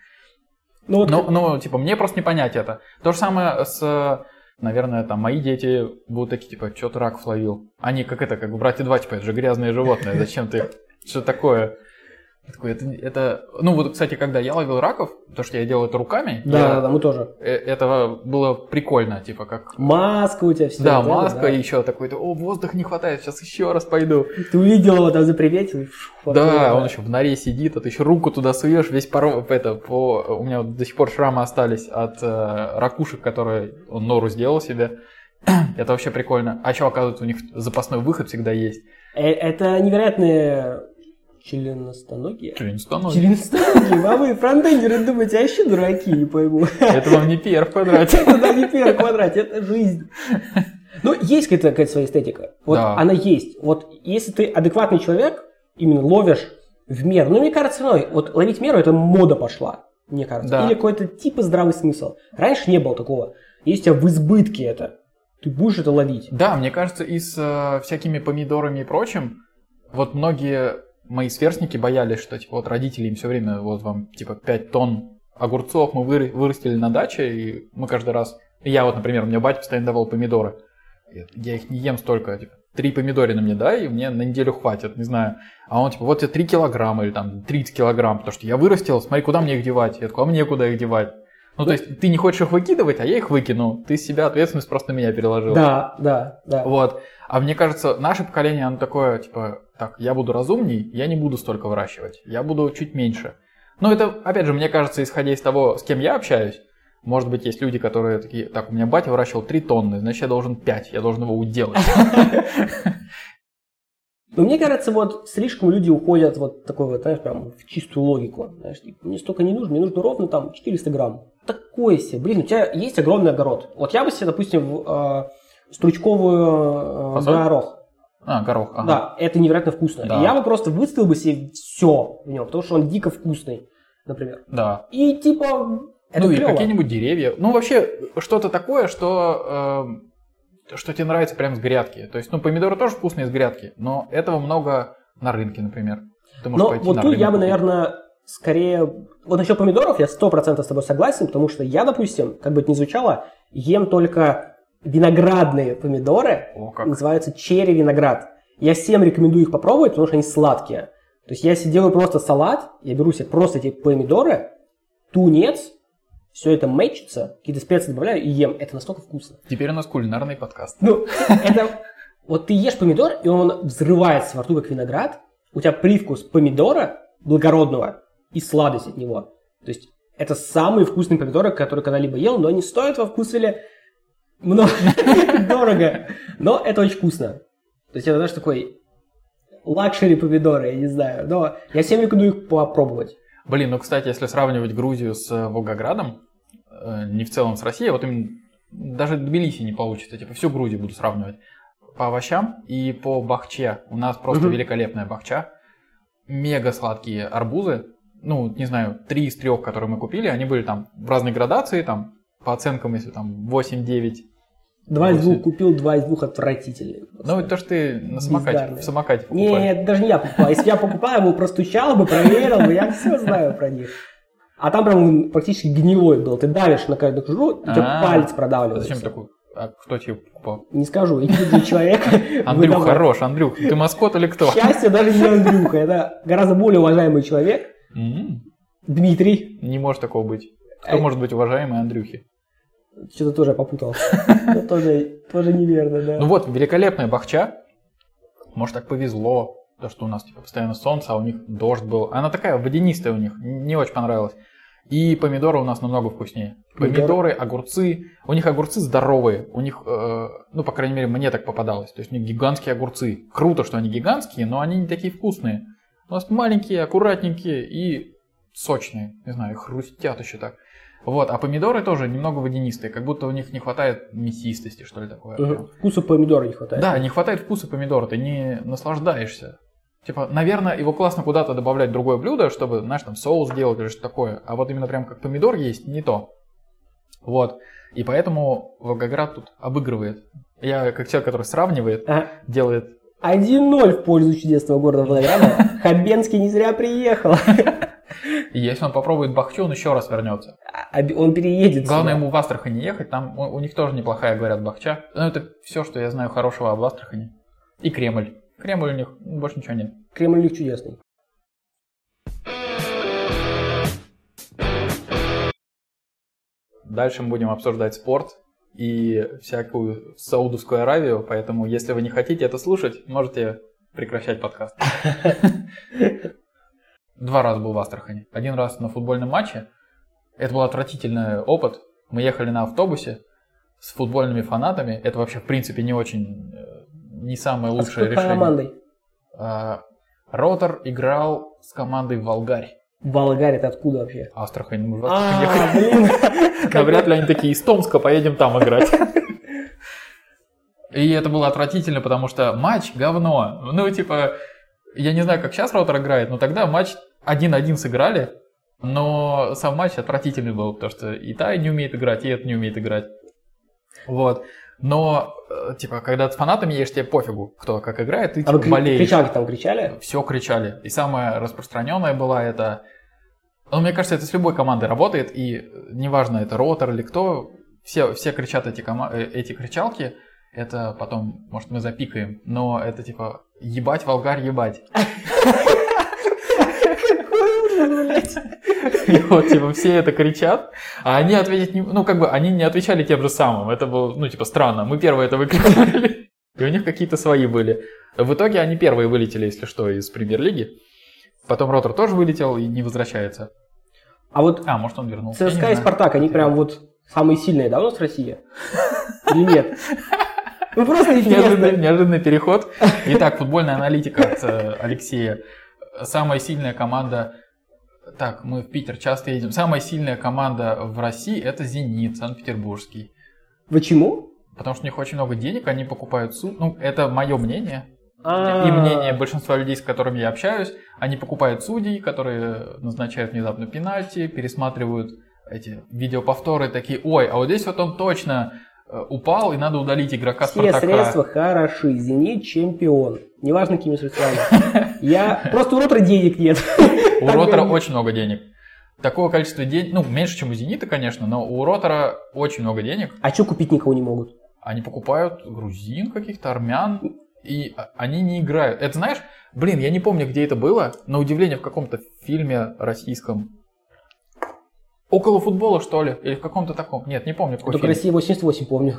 Ну, вот... но, но, типа, мне просто не понять это. То же самое с, наверное, там, мои дети будут такие, типа, что ты раков ловил? Они как это, как в «Братья два», типа, это же грязные животные, зачем ты, что такое? Такой, это, это, ну вот, кстати, когда я ловил раков, то, что я делал это руками, да, я, да, да, мы тоже. Это было прикольно, типа как... Маска у тебя все. Да, да маска, да. И еще такой-то, о, воздуха не хватает, сейчас еще раз пойду. Ты увидел его там, заприметил? Да, да, он еще в норе сидит, а ты еще руку туда суешь, весь порог, это, по... у меня вот до сих пор шрамы остались от э, ракушек, которые он нору сделал себе. Это вообще прикольно. А еще, оказывается, у них запасной выход всегда есть. Это невероятные... Членостоногие? Членостоногие. Членостоногие. А вы, фронтендеры, думаете, а еще дураки, не пойму. Это вам не пи ар в квадрате. Это да, не пи ар в квадрате, это жизнь. Ну, есть какая-то, какая-то своя эстетика. Вот да. Она есть. Вот если ты адекватный человек, именно ловишь в меру. Ну, мне кажется, ну, вот ловить в меру, это мода пошла, мне кажется. Да. Или какой-то типа здравый смысл. Раньше не было такого. Есть у тебя в избытке это. Ты будешь это ловить. Да, мне кажется, и с э, всякими помидорами и прочим, вот многие... Мои сверстники боялись, что типа вот родители им все время, вот вам типа пять тонн огурцов мы вырастили на даче, и мы каждый раз, я вот, например, у меня батя постоянно давал помидоры, я их не ем столько, типа, три помидорина мне дай, и мне на неделю хватит, не знаю, а он типа, вот тебе три килограмма или там тридцать килограмм, потому что я вырастил, смотри, куда мне их девать, я такой, а мне куда их девать? Ну, то есть, ты не хочешь их выкидывать, а я их выкину. Ты с себя ответственность просто на меня переложил. Да, да, да. Вот. А мне кажется, наше поколение, оно такое, типа, так, я буду разумней, я не буду столько выращивать. Я буду чуть меньше. Но это, опять же, мне кажется, исходя из того, с кем я общаюсь, может быть, есть люди, которые такие, так, у меня батя выращивал три тонны, значит, я должен пять, я должен его уделать. Но мне кажется, вот слишком люди уходят вот такой вот, знаешь, прям в чистую логику. Знаешь, типа, мне столько не нужно, мне нужно ровно там четыреста грамм. Такое себе. Блин, у тебя есть огромный огород. Вот я бы себе, допустим, в э, стручковую э, горох. А, горох, ага. Да, это невероятно вкусно. Да. И я бы просто выставил бы себе все в нем, потому что он дико вкусный, например. Да. И типа, это ну клево. И какие-нибудь деревья. Ну вообще, что-то такое, что... Э, что тебе нравится прямо с грядки. То есть, ну, помидоры тоже вкусные с грядки, но этого много на рынке, например. Ты можешь но пойти вот на тут рынок я бы, купить. наверное, скорее... Вот насчет помидоров я сто процентов с тобой согласен, потому что я, допустим, как бы это ни звучало, ем только виноградные помидоры. О, как. Называются черри виноград. Я всем рекомендую их попробовать, потому что они сладкие. То есть я себе делаю просто салат, я беру себе просто эти помидоры, тунец, все это мэчится, какие-то специи добавляю и ем. Это настолько вкусно. Теперь у нас кулинарный подкаст. Ну, это... Вот ты ешь помидор, и он взрывается во рту, как виноград. У тебя привкус помидора благородного и сладость от него. То есть это самые вкусные помидоры, которые когда-либо ел, но они стоят во вкусвилле много, дорого. Но это очень вкусно. То есть это, знаешь, такой лакшери помидоры, я не знаю. Но я всем рекомендую их попробовать. Блин, ну, кстати, если сравнивать Грузию с Волгоградом, э, не в целом с Россией, вот именно даже Тбилиси не получится, типа всю Грузию буду сравнивать. По овощам и по бахче. У нас просто mm-hmm. великолепная бахча. Мега сладкие арбузы. Ну, не знаю, три из трех, которые мы купили, они были там в разной градации, там, по оценкам, если там восемь-девять. Два из двух купил, два из двух отвратительные. Ну, это то, что ты на самокате, в самокате покупаешь. Нет, даже не я покупал. Если я покупал, я бы простучал бы, проверил бы, я все знаю про них. А там прям практически гнилой был. Ты давишь на каждую кожуру, у тебя палец продавливается. Зачем такой? А кто тебе покупал? Не скажу, индивидуальный человек. Андрюх, хорош, Андрюх. Ты маскот или кто? К счастью, даже не Андрюха. Это гораздо более уважаемый человек. Дмитрий. Не может такого быть. Кто может быть уважаемый Андрюхи? Что-то тоже попутал. тоже, тоже неверно, да. Ну вот, великолепная бахча. Может, так повезло, то, что у нас типа постоянно солнце, а у них дождь был. Она такая водянистая у них, не очень понравилась. И помидоры у нас намного вкуснее. Помидоры, помидоры огурцы. У них огурцы здоровые. У них, э, ну, по крайней мере, мне так попадалось. То есть у них гигантские огурцы. Круто, что они гигантские, но они не такие вкусные. У нас маленькие, аккуратненькие и сочные. Не знаю, хрустят еще так. Вот, а помидоры тоже немного водянистые, как будто у них не хватает мясистости, что ли, такое. Угу. Вкуса помидора не хватает. Да, не хватает вкуса помидора, ты не наслаждаешься. Типа, наверное, его классно куда-то добавлять в другое блюдо, чтобы, знаешь, там соус делать или что-то такое. А вот именно прям как помидор есть, не то. Вот. И поэтому Волгоград тут обыгрывает. Я, как человек, который сравнивает, Ага. делает... один ноль в пользу чудесного города Волгограда. Хабенский не зря приехал. И если он попробует бахчу, он еще раз вернется. А он переедет Главное сюда. ему в Астрахань не ехать, там у, у них тоже неплохая, говорят, бахча. Но это все, что я знаю хорошего об Астрахани. И Кремль. Кремль у них, больше ничего нет. Кремль у них чудесный. Дальше мы будем обсуждать спорт и всякую Саудовскую Аравию, поэтому если вы не хотите это слушать, можете прекращать подкаст. Два раза был в Астрахани. Один раз на футбольном матче. Это был отвратительный опыт. Мы ехали на автобусе с футбольными фанатами. Это вообще, в принципе, не очень, не самое лучшее а с какой решение. командой? А, Ротор играл с командой Волгарь. Волгарь это откуда вообще? Астрахань. Мы в Астрахань А, ехали. блин. Но вряд ли они такие, из Томска поедем там играть. И это было отвратительно, потому что матч говно. Ну, типа, я не знаю, как сейчас Ротор играет, но тогда матч один-один сыграли, но сам матч отвратительный был, потому что и та не умеет играть, и это не умеет играть. Вот. Но, типа, когда с фанатами едешь, тебе пофигу, кто как играет, ты А типа, вы кри- болеешь. кричалки там кричали? Все кричали. И самая распространенная была это... Ну, мне кажется, это с любой командой работает, и неважно, это Ротор или кто, все, все кричат эти, кома... эти кричалки, это потом, может, мы запикаем, но это типа ебать, Волгарь, ебать. И вот, типа, все это кричат, а они ответить не... Ну, как бы, они не отвечали тем же самым. Это было, ну, типа, странно. Мы первые это выкрикнули. И у них какие-то свои были. В итоге они первые вылетели, если что, из премьер-лиги. Потом Ротор тоже вылетел и не возвращается. А вот А, может, он вернулся. Я не ЦСКА и знаю. Спартак, они прям вот самые сильные, да, у нас в России? Или нет? Ну, просто Неожиданный, интересно. неожиданный переход. Итак, футбольная аналитика от э, Алексея. Самая сильная команда... Так, мы в Питер часто едем. Самая сильная команда в России – это «Зенит», Санкт-Петербургский. Почему? Потому что у них очень много денег, они покупают суд. Ну, это мое мнение. А. И мнение большинства людей, с которыми я общаюсь. Они покупают судей, которые назначают внезапно пенальти, пересматривают эти видеоповторы, такие, ой, а вот здесь вот он точно э, упал, и надо удалить игрока Все Спартака. средства хороши. «Зенит» чемпион. Неважно, какими средствами. Я... Просто у Ротора денег нет. У Ротора очень много денег. Такое количество денег, ну, меньше, чем у «Зенита», конечно, но у Ротора очень много денег. А что купить никого не могут? Они покупают грузин каких-то, армян, и они не играют. Это знаешь, блин, я не помню, где это было, на удивление в каком-то фильме российском. Около футбола, что ли? Или в каком-то таком? Нет, не помню, какой Только фильм. «Россия восемьдесят восемь» помню.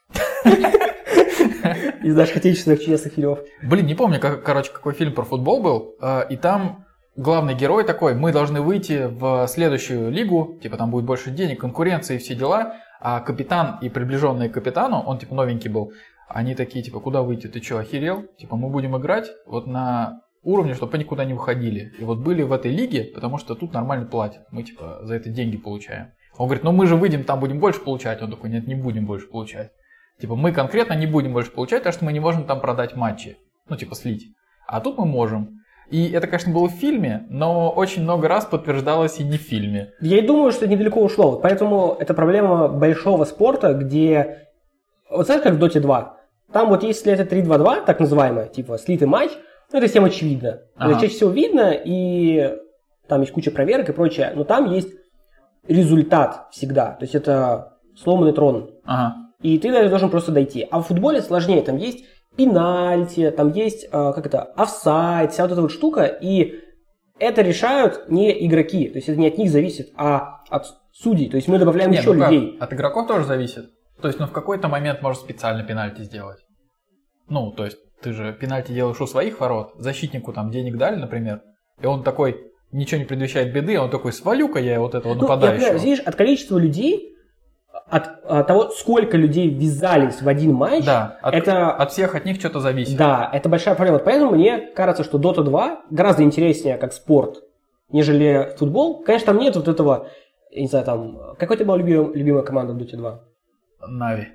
Из наших отечественных чудесных фильмов. Блин, не помню, как, короче, какой фильм про футбол был. э, И там главный герой такой, мы должны выйти в следующую лигу, типа там будет больше денег, конкуренции и все дела. А капитан и приближенные к капитану, он типа новенький был, они такие, типа, куда выйти, ты что, охерел? Типа, мы будем играть вот на уровне, чтобы они никуда не выходили. И вот были в этой лиге, потому что тут нормально платят. Мы, типа, за это деньги получаем. Он говорит, ну мы же выйдем, там будем больше получать. Он такой, нет, не будем больше получать. Типа, мы конкретно не будем больше получать, потому что мы не можем там продать матчи. Ну, типа, слить. А тут мы можем. И это, конечно, было в фильме, но очень много раз подтверждалось и не в фильме. Я и думаю, что недалеко ушло. Вот поэтому это проблема большого спорта, где... Вот знаешь, как в Доте два? Там вот если это три два два, так называемое, типа слитый матч, ну это всем очевидно. Ага. Это чаще всего видно, и там есть куча проверок и прочее, но там есть результат всегда. То есть это сломанный трон. Ага. И ты даже должен просто дойти. А в футболе сложнее. Там есть пенальти, там есть, э, как это, офсайд, вся вот эта вот штука. И это решают не игроки. То есть это не от них зависит, а от судей. То есть мы добавляем Не, еще ну как? людей. От игроков тоже зависит. То есть, ну, в какой-то момент можешь специально пенальти сделать. Ну, то есть, ты же пенальти делаешь у своих ворот, защитнику там денег дали, например, и он такой, ничего не предвещает беды, он такой, свалю-ка я вот этого Ну, я нападающего. понимаю, видишь, от количества людей, от, от того, сколько людей ввязались в один матч, Да, от, это... от всех от них что-то зависит. Да, это большая проблема. Поэтому мне кажется, что Дота два гораздо интереснее как спорт, нежели футбол. Конечно, там нет вот этого, я не знаю, там... Какой у тебя была любимая, любимая команда в Доте два? Нави.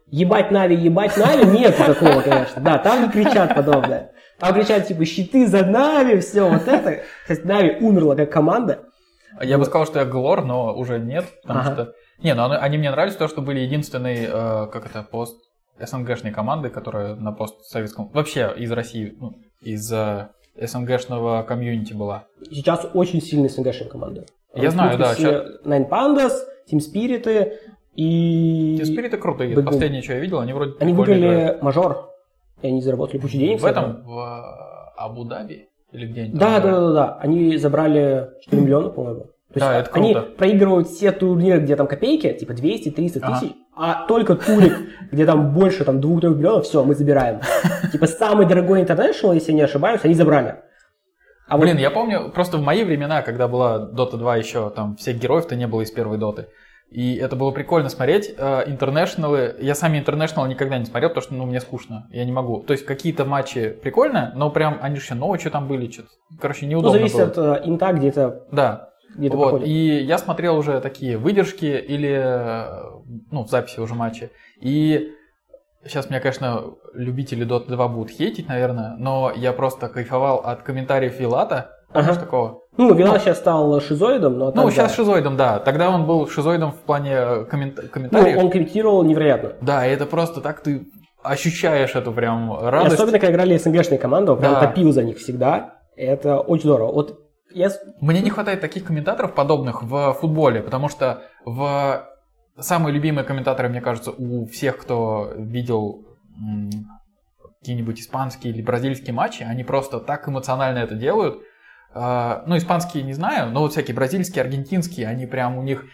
ебать Нави, ебать Нави, нет такого, конечно. Да, там не кричат подобное. Там кричат, типа, щиты за Нави, все, вот это. Кстати, Нави умерла как команда. Я вот. бы сказал, что я Глор, но уже нет, потому ага. что... Не, ну они мне нравились, то, что были единственные, э, как это, пост СНГшной команды, которая на постсоветском... Вообще из России, ну, из э, СНГшного комьюнити была. Сейчас очень сильная СНГшная команда. Я знаю, да. Сейчас... Nine Pandas, Team Spirit и... Team Spirit крутые. Бэгу. Последнее, что я видел, они вроде Они выиграли играют. Мажор, и они заработали кучу денег. В этом, в Абу-Даби? Или где-нибудь? Да, да, да, да. Они забрали четыре миллиона, по-моему. То да, есть это они круто. проигрывают все турниры, где там копейки, типа двести-триста ага. тысяч, а только турик, где там больше там двух-трёх миллионов, все, мы забираем. Типа самый дорогой интернешнл, если я не ошибаюсь, они забрали. А Блин, вот... я помню, просто в мои времена, когда была Дота два еще, там всех героев-то не было из первой Доты. И это было прикольно смотреть. Интернешнлы, я сами интернешнл никогда не смотрел, потому что ну, мне скучно, я не могу. То есть какие-то матчи прикольно, но прям они же еще ночью там были, что-то, короче, неудобно было. Ну, зависит было. от инта где-то. Да. Где-то вот. проходит. И я смотрел уже такие выдержки или, ну, в записи уже матчи. И сейчас меня, конечно, любители Дота два будут хейтить, наверное, но я просто кайфовал от комментариев Вилата. Помнишь ага. такого? Ну, Вилат ну, сейчас стал шизоидом, но Ну, сейчас да. шизоидом, да. Тогда он был шизоидом в плане коммент... комментариев. Ну, он комментировал невероятно. Да, и это просто так ты ощущаешь эту прям радость. И особенно, когда играли СНГшные команды, он прям да. топил за них всегда. Это очень здорово. Вот я... Мне не хватает таких комментаторов подобных в футболе, потому что в самые любимые комментаторы, мне кажется, у всех, кто видел м- какие-нибудь испанские или бразильские матчи, они просто так эмоционально это делают. Uh, ну, испанские не знаю, но вот всякие бразильские, аргентинские, они прям у них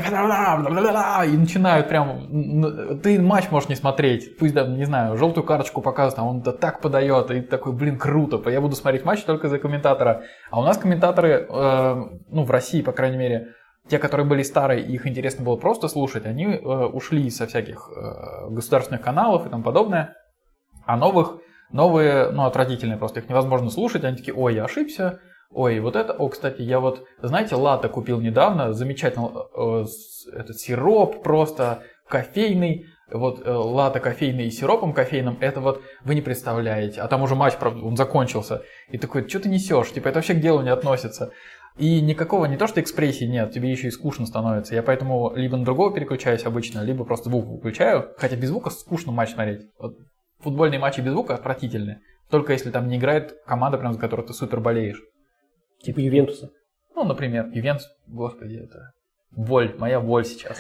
и начинают прям, ты матч можешь не смотреть, пусть, да, не знаю, желтую карточку показывают, а он это так подает, и такой, блин, круто, я буду смотреть матч только за комментатора. А у нас комментаторы, uh, ну, в России, по крайней мере, те, которые были старые, их интересно было просто слушать, они uh, ушли со всяких uh, государственных каналов и тому подобное, а новых, новые, ну, отвратительные просто, их невозможно слушать, они такие, ой, я ошибся. Ой, вот это, о, кстати, я вот, знаете, латте купил недавно, замечательный э, этот сироп просто кофейный, вот э, латте кофейный и сиропом кофейным, это вот вы не представляете, а там уже матч, правда, он закончился, и такой, что ты несешь, типа это вообще к делу не относится, и никакого, не то что экспрессии нет, тебе еще и скучно становится, я поэтому либо на другого переключаюсь обычно, либо просто звук выключаю, хотя без звука скучно матч смотреть, вот, футбольные матчи без звука отвратительны, только если там не играет команда, прям за которую ты супер болеешь. Типа Ювентуса. Ну, например, Ювентус, господи, это боль, моя боль сейчас.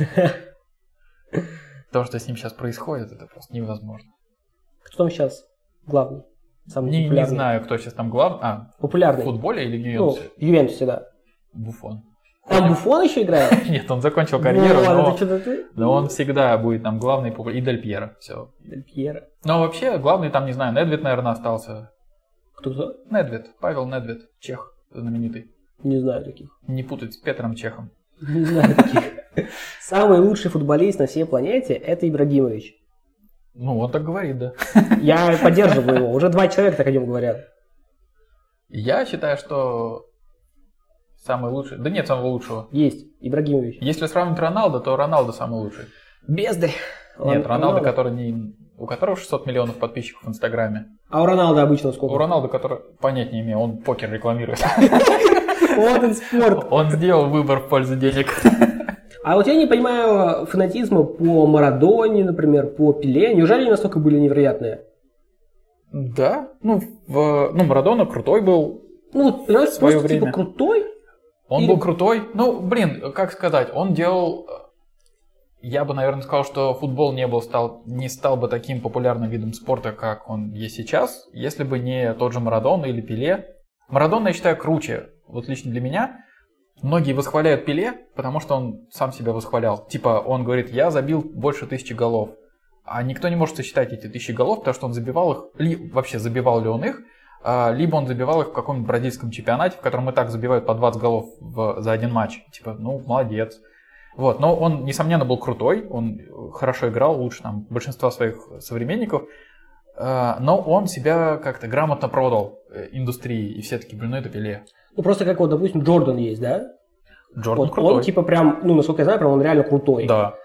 То, что с ним сейчас происходит, это просто невозможно. Кто там сейчас главный? Самый не, популярный? Не знаю, кто сейчас там главный. А, популярный. В футболе или в Ювентусе? Ну, в Ювентусе, да. Буфон. Там Буфон еще играет? Нет, он закончил карьеру, ну, но, ты... но он всегда будет там главный, и Дель Пьеро. Все. Дель Пьеро. Но вообще, главный там, не знаю, Недвед, наверное, остался. Кто-кто? Недвед, Павел Недвед, чех. Знаменитый. Не знаю таких. Не путать с Петром Чехом. Не знаю таких. Самый лучший футболист на всей планете – это Ибрагимович. Ну, он так говорит, да. Я поддерживаю его. Уже два человека так о нем говорят. Я считаю, что самый лучший... Да нет самого лучшего. Есть. Ибрагимович. Если сравнить Роналдо, то Роналдо самый лучший. Бездарь. Нет, Роналдо, который не... У которого шестьсот миллионов подписчиков в Инстаграме. А у Роналдо обычно сколько? У Роналдо, который, понять не имею, он покер рекламирует. Вот он спорт. Он сделал выбор в пользу денег. А вот я не понимаю фанатизма по Марадоне, например, по Пеле. Неужели они настолько были невероятные? Да. Ну, в, ну Марадона крутой был. Ну, понимаешь, в свое время. Типа крутой? Он Или... был крутой. Ну, блин, как сказать, он делал... Я бы, наверное, сказал, что футбол не, был, стал, не стал бы таким популярным видом спорта, как он есть сейчас, если бы не тот же Марадона или Пеле. Марадона, я считаю, круче. Вот лично для меня. Многие восхваляют Пеле, потому что он сам себя восхвалял. Типа, он говорит, я забил больше тысячи голов. А никто не может сосчитать эти тысячи голов, потому что он забивал их, ли, вообще забивал ли он их, либо он забивал их в каком-нибудь бразильском чемпионате, в котором и так забивают по двадцать голов в, за один матч. Типа, ну, молодец. Вот, но он, несомненно, был крутой, он хорошо играл, лучше там большинства своих современников, но он себя как-то грамотно продал индустрии, и все таки блин, ну это Пеле. Ну просто как вот, допустим, Джордан есть, да? Джордан вот крутой. Он типа прям, ну насколько я знаю, прям он реально крутой. Да.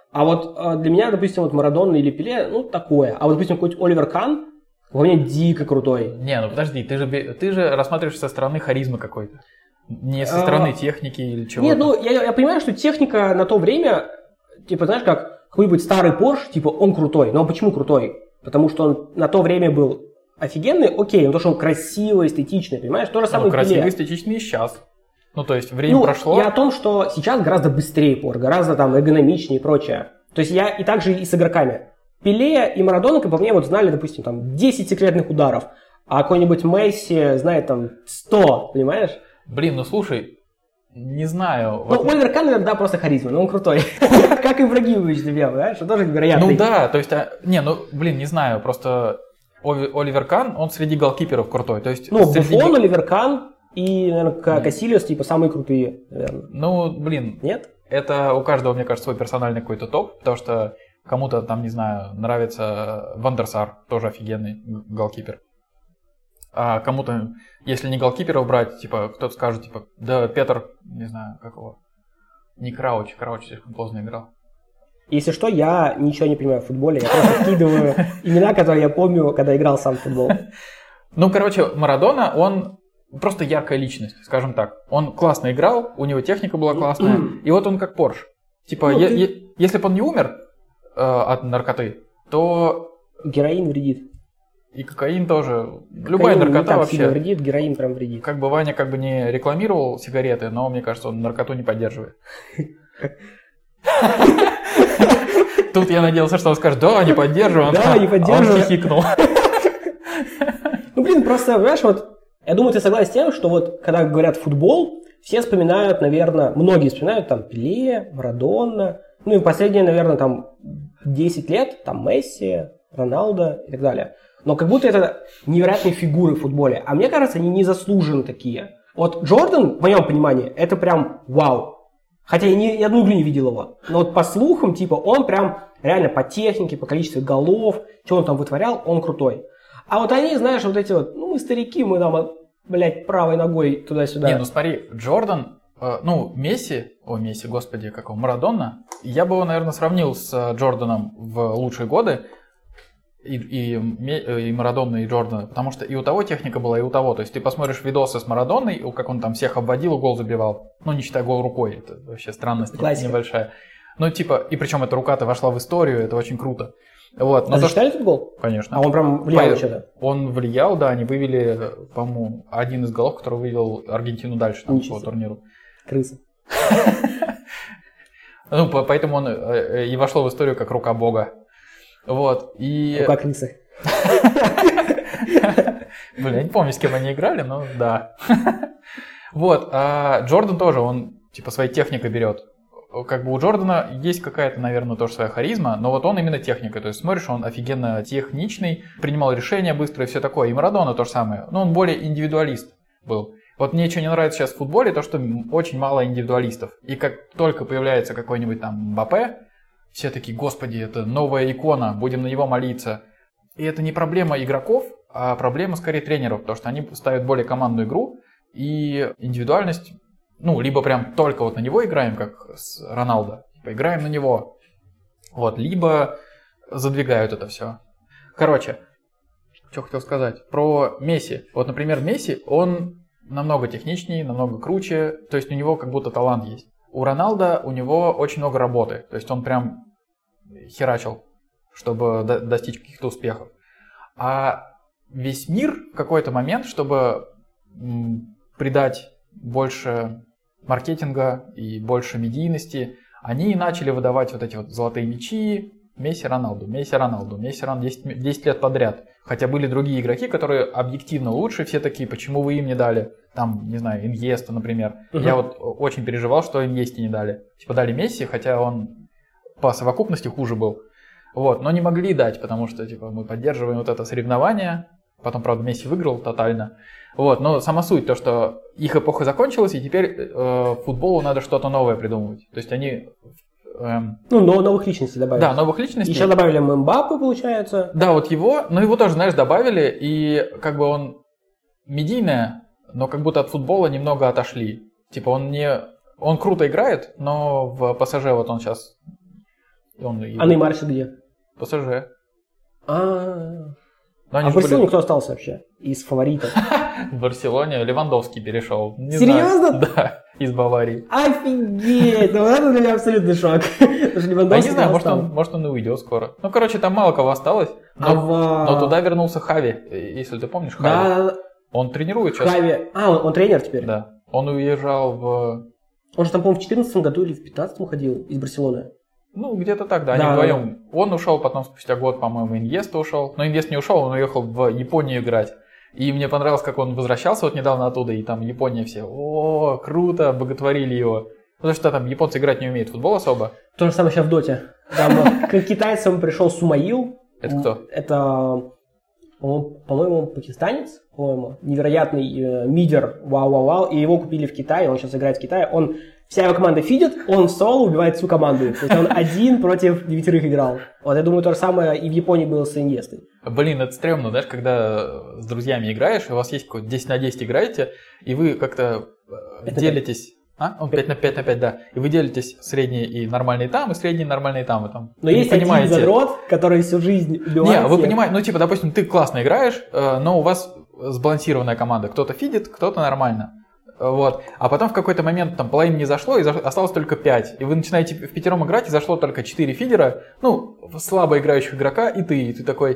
А вот э, для меня, допустим, вот Марадона или Пеле, ну, такое. А вот, допустим, какой-нибудь Оливер Кан, у меня дико крутой. Не, ну подожди, ты же, ты же рассматриваешь со стороны харизмы какой-то. Не со стороны а, техники или чего-то. Нет, ну, я, я понимаю, что техника на то время, типа, знаешь, как какой-нибудь старый Porsche, типа, он крутой. Но почему крутой? Потому что он на то время был офигенный, окей, но то, что он красивый, эстетичный, понимаешь? То же самое ну, красивый, Пеле. эстетичный и сейчас. Ну, то есть, время ну, прошло. Я о том, что сейчас гораздо быстрее Porsche, гораздо там эргономичнее и прочее. То есть, я и так же и с игроками. Пеле и Марадона, как по мне, вот знали, допустим, там, десять секретных ударов, а какой-нибудь Месси знает там сто, понимаешь? Блин, ну слушай, не знаю. Ну, вот... Оливер Кан, да, просто харизма, но он крутой. Как Ибрагимович для меня, понимаешь? Он тоже невероятный. Ну да, то есть, не, ну, блин, не знаю, просто Оливер Кан, он среди голкиперов крутой. То есть, ну, среди... Буфон, Оливер Кан и, наверное, Касильос, типа, самые крутые, наверное. Ну, блин. Нет? Это у каждого, мне кажется, свой персональный какой-то топ, потому что кому-то там, не знаю, нравится Ван дер Сар, тоже офигенный голкипер. А кому-то, если не голкиперов брать, типа, кто-то скажет, типа, да, Петр, не знаю, как его, не Крауч, Крауч слишком поздно играл. Если что, я ничего не понимаю в футболе, я просто вкидываю имена, которые я помню, когда играл сам в футбол. Ну, короче, Марадона, он просто яркая личность, скажем так. Он классно играл, у него техника была классная, и вот он как Порш. Типа, ну, е- ты... е- если бы он не умер э, от наркоты, то... Героин вредит. И кокаин тоже. Кокаин Любая наркота не так вообще. Сильно вредит, героин прям вредит. Как бы Ваня как бы не рекламировал сигареты, но мне кажется, он наркоту не поддерживает. Тут я надеялся, что он скажет, да, не поддерживаю. Да, не поддерживаю. Он хихикнул. Ну, блин, просто, понимаешь, вот, я думаю, ты согласен с тем, что вот, когда говорят футбол, все вспоминают, наверное, многие вспоминают там Пеле, Марадона, ну и последние, наверное, там десять лет, там Месси, Роналдо и так далее. Но как будто это невероятные фигуры в футболе. А мне кажется, они незаслуженно такие. Вот Джордан, в моем понимании, это прям вау. Хотя я ни, ни одну игру не видел его. Но вот по слухам, типа, он прям реально по технике, по количеству голов, что он там вытворял, он крутой. А вот они, знаешь, вот эти вот, ну мы старики, мы там, блядь, правой ногой туда-сюда. Не, ну смотри, Джордан, э, ну Месси, о Месси, господи, как он, Марадона, я бы его, наверное, сравнил с Джорданом в лучшие годы. И, и, и Марадона, и Джордана, потому что и у того техника была, и у того. То есть ты посмотришь видосы с Марадоной, как он там всех обводил, гол забивал. Ну, не считая гол рукой, это вообще странность Классика. Небольшая. Ну, типа, и причем эта рука-то вошла в историю, это очень круто. Вот. Но а то, засчитали этот гол? Конечно. А он прям влиял что-то? Он влиял, да, они вывели, по-моему, один из голов, который вывел Аргентину дальше там, по турниру. Крыса. Ну, поэтому он и вошло в историю как рука бога. Вот, и... Рука крысы. Блин, я не помню, с кем они играли, но да. Вот, а Джордан тоже, он типа своей техникой берет. Как бы у Джордана есть какая-то, наверное, тоже своя харизма, но вот он именно техника. То есть смотришь, он офигенно техничный, принимал решения быстро и все такое. И Марадона то же самое. Но он более индивидуалист был. Вот мне что не нравится сейчас в футболе, то что очень мало индивидуалистов. И как только появляется какой-нибудь там Мбаппе, все такие, господи, это новая икона, будем на него молиться. И это не проблема игроков, а проблема скорее тренеров, потому что они ставят более командную игру, и индивидуальность, ну, либо прям только вот на него играем, как с Роналдо, типа играем на него, вот, либо задвигают это все. Короче, что хотел сказать про Месси. Вот, например, Месси, он намного техничнее, намного круче, то есть у него как будто талант есть. У Роналдо у него очень много работы, то есть он прям херачил, чтобы до- достичь каких-то успехов. А весь мир в какой-то момент, чтобы м, придать больше маркетинга и больше медийности, они начали выдавать вот эти вот золотые мячи, Месси, Роналду, Месси, Роналду, Месси, Роналду десять, десять лет подряд. Хотя были другие игроки, которые объективно лучше, все такие, почему вы им не дали? Там, не знаю, Иньеста, например. Uh-huh. Я вот очень переживал, что Иньесте не дали. Типа дали Месси, хотя он по совокупности хуже был. Вот, но не могли дать, потому что типа мы поддерживаем вот это соревнование. Потом, правда, Месси выиграл тотально. Вот, но сама суть, то, что их эпоха закончилась, и теперь э, футболу надо что-то новое придумывать. То есть они... Эм... Ну, но новых личностей добавили. Да, новых личностей. Еще добавили Мбаппе, получается. Да, вот его, но его тоже, знаешь, добавили, и как бы он медийный, но как будто от футбола немного отошли. Типа он не... Он круто играет, но в ПСЖ вот он сейчас И он, и А Неймар сейчас где? ПСЖ. А, Но они а же в Барселоне были- кто остался вообще из фаворитов? В Барселоне Левандовский перешел. Не Серьезно? знаю. Да, из Баварии. Офигеть! Ну это для меня абсолютный шок. Потому что А Левандовский не знаю, там может он, остался. может он и уйдет скоро. Ну, короче, там мало кого осталось. Но, Ава. но туда вернулся Хави, если ты помнишь, Хави. Да, Он тренирует сейчас. Хави. А, он, он тренер теперь? Да. Он уезжал в... Он же там, по-моему, в четырнадцатом году или в пятнадцатом ходил из Барселоны. Ну, где-то так, да, они Да, вдвоем. Он ушел, потом спустя год, по-моему, Иньеста ушел. Но Иньест не ушел, он уехал в Японию играть. И мне понравилось, как он возвращался вот недавно оттуда, и там Япония все, о, круто, боготворили его. Потому что там японцы играть не умеют в футбол особо. То же самое сейчас в Доте. Там к китайцам пришел Сумаил. Это кто? Это, по-моему, по-моему, пакистанец, по-моему, невероятный э, мидер, вау-вау-вау, и его купили в Китае, он сейчас играет в Китае, он, вся его команда фидит, он в соло убивает всю команду, то есть он один против девятерых играл. Вот, я думаю, то же самое и в Японии было с Иньестой. Блин, это стрёмно, знаешь, когда с друзьями играешь, и у вас есть какой-то десять на десять играете, и вы как-то э, пять на делитесь... А? Он пять на пять на пять, да. И вы делитесь средние и нормальные там, и средние и нормальные там. И там. Но Вы не есть один понимаете. задрот, который всю жизнь убивает Не, вы всех. понимаете, ну типа, допустим, ты классно играешь, э, но у вас сбалансированная команда. Кто-то фидит, кто-то нормально. Э, Вот. А потом в какой-то момент там половина не зашло, и заш- осталось только пять. И вы начинаете в пятером играть, и зашло только четыре фидера, ну, слабо играющих игрока, и ты. И ты такой,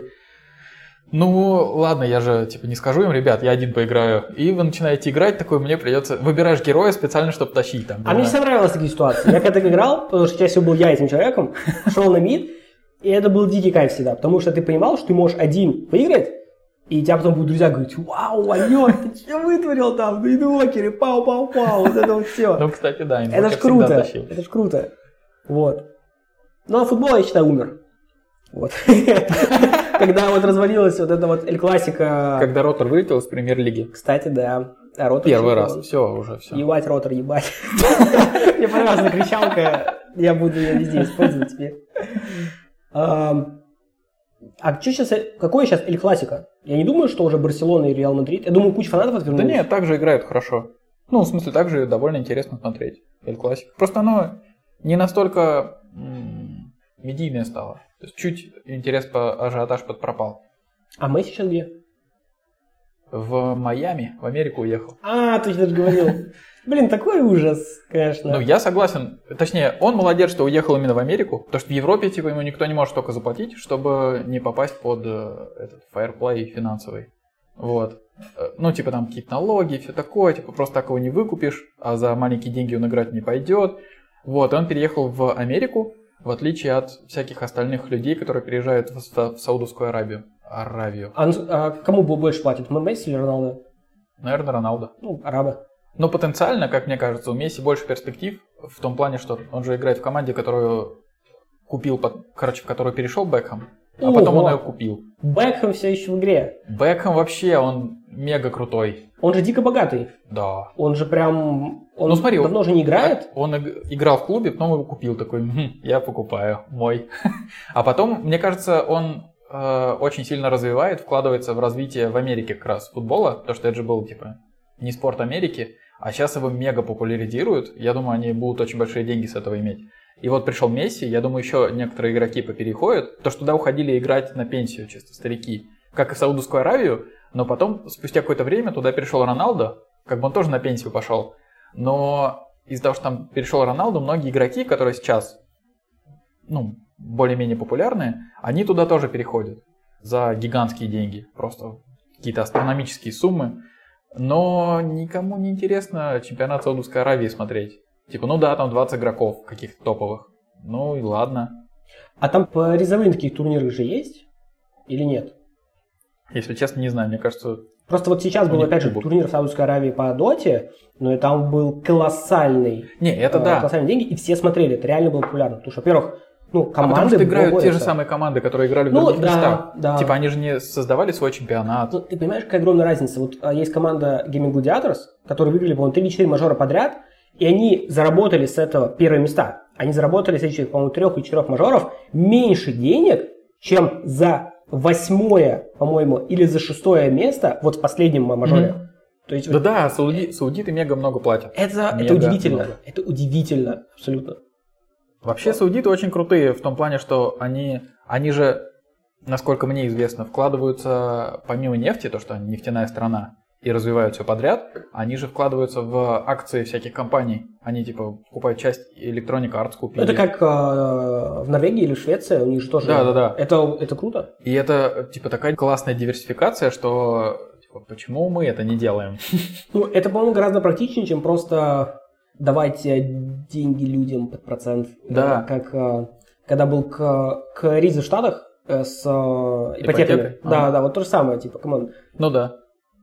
ну, ладно, я же, типа, не скажу им, ребят, я один поиграю. И вы начинаете играть, такой, мне придется... Выбираешь героя специально, чтобы тащить там. А мне всегда нравилась такие ситуации. Я когда играл, потому что чаще всего был я этим человеком, шел на мид, и это был дикий кайф всегда, потому что ты понимал, что ты можешь один выиграть, и тебя потом будут друзья говорить, вау, Ванёк, ты что вытворил там, на инвокере, пау-пау-пау, вот это вот все. Ну, кстати, да, Это инвокер ж всегда круто, тащил. это ж круто. Вот. Ну, а футбол, я считаю, умер. Вот. Когда вот развалилась вот эта вот Эль-Классика. Когда Ротор вылетел из премьер-лиги. Кстати, да. А Ротор Первый чемпион. раз, все, уже все. Ебать, Ротор, ебать. Мне понравилась эта кричалка, я буду ее везде использовать теперь. А что сейчас, какое сейчас Эль-Классика? Я не думаю, что уже Барселона и Реал Мадрид. Я думаю, куча фанатов Да отвернулись. нет, так же играют хорошо. Ну, в смысле, так же довольно интересно смотреть. Эль Классик. Просто оно не настолько м- медийное стало. То есть чуть интерес по ажиотаж подпропал. А Месси сейчас где? В Майами, в Америку уехал. А, точно же говорил. Блин, такой ужас, конечно. Ну, я согласен. Точнее, он молодец, что уехал именно в Америку, потому что в Европе, типа, ему никто не может столько заплатить, чтобы не попасть под э, этот фаерплей финансовый. Вот. Э, Ну, типа, там какие-то налоги, все такое, типа, просто так его не выкупишь, а за маленькие деньги он играть не пойдет. Вот, и он переехал в Америку, в отличие от всяких остальных людей, которые переезжают в, в Саудовскую Аравию. Аравию. А, а кому больше платят, Месси или Роналдо? Наверное, Роналдо. Ну, арабы. Но потенциально, как мне кажется, у Месси больше перспектив в том плане, что он же играет в команде, которую купил, под- короче, в которую перешел Бекхэм, а потом Ого. он ее купил. Бекхэм все еще в игре. Бекхэм вообще, он мега крутой. Он же дико богатый. Да. Он же прям... Он Ну, смотри, давно же не играет. Он иг- играл в клубе, потом его купил, такой, «Мгм, я покупаю, мой. А потом, мне кажется, он э, очень сильно развивает, вкладывается в развитие в Америке как раз футбола, потому что это же был, типа, не спорт Америки, а сейчас его мега популяризируют. Я думаю, они будут очень большие деньги с этого иметь. И вот пришел Месси, я думаю, еще некоторые игроки попереходят, потому что туда уходили играть на пенсию чисто старики, как и в Саудовскую Аравию, но потом, спустя какое-то время, туда перешел Роналдо, как бы он тоже на пенсию пошел. Но из-за того, что там перешел Роналдо, многие игроки, которые сейчас, ну, более-менее популярные, они туда тоже переходят за гигантские деньги, просто какие-то астрономические суммы. Но никому не интересно чемпионат Саудовской Аравии смотреть. Типа, ну да, там двадцать игроков каких-то топовых. Ну и ладно. А там призовые такие турниры же есть? Или нет? Если честно, не знаю, мне кажется... Просто вот сейчас был, Нет, опять же, кубок. турнир в Саудовской Аравии по доте, но и там был колоссальный, Не, это э, да. колоссальные деньги, и все смотрели, это реально было популярно. Потому что, во-первых, ну, А потому команды что играют те же борются. самые команды, которые играли в Ну, других да, местах. да. Типа, они же не создавали свой чемпионат. Ну, ты понимаешь, какая огромная разница? Вот а, есть команда Gaming Gladiators, которые выиграли, по-моему, три или четыре мажора подряд, и они заработали с этого первые места. Они заработали с этих, по-моему, трех или четырех мажоров меньше денег, чем за восьмое, по-моему, или за шестое место вот в последнем мажоре. Мгм. То есть, Да-да, сауди- саудиты мега много платят. это, Мега это удивительно. много. Это удивительно, абсолютно. Вообще саудиты очень крутые в том плане, что они, они же, насколько мне известно, вкладываются помимо нефти, то, что они нефтяная страна, и развивают все подряд, они же вкладываются в акции всяких компаний. Они типа покупают часть Electronic Arts, купили. Это как э, в Норвегии или в Швеции, у них же тоже... Да, да, да. Это, это круто. И это типа такая классная диверсификация, что типа, почему мы это не делаем? Ну, это, по-моему, гораздо практичнее, чем просто давать деньги людям под процент. Да. Как э, когда был к, к Ризе в Штатах э, с э, ипотеками. Ипотекой? Да, Ага. да, вот то же самое, типа, камон. Ну да.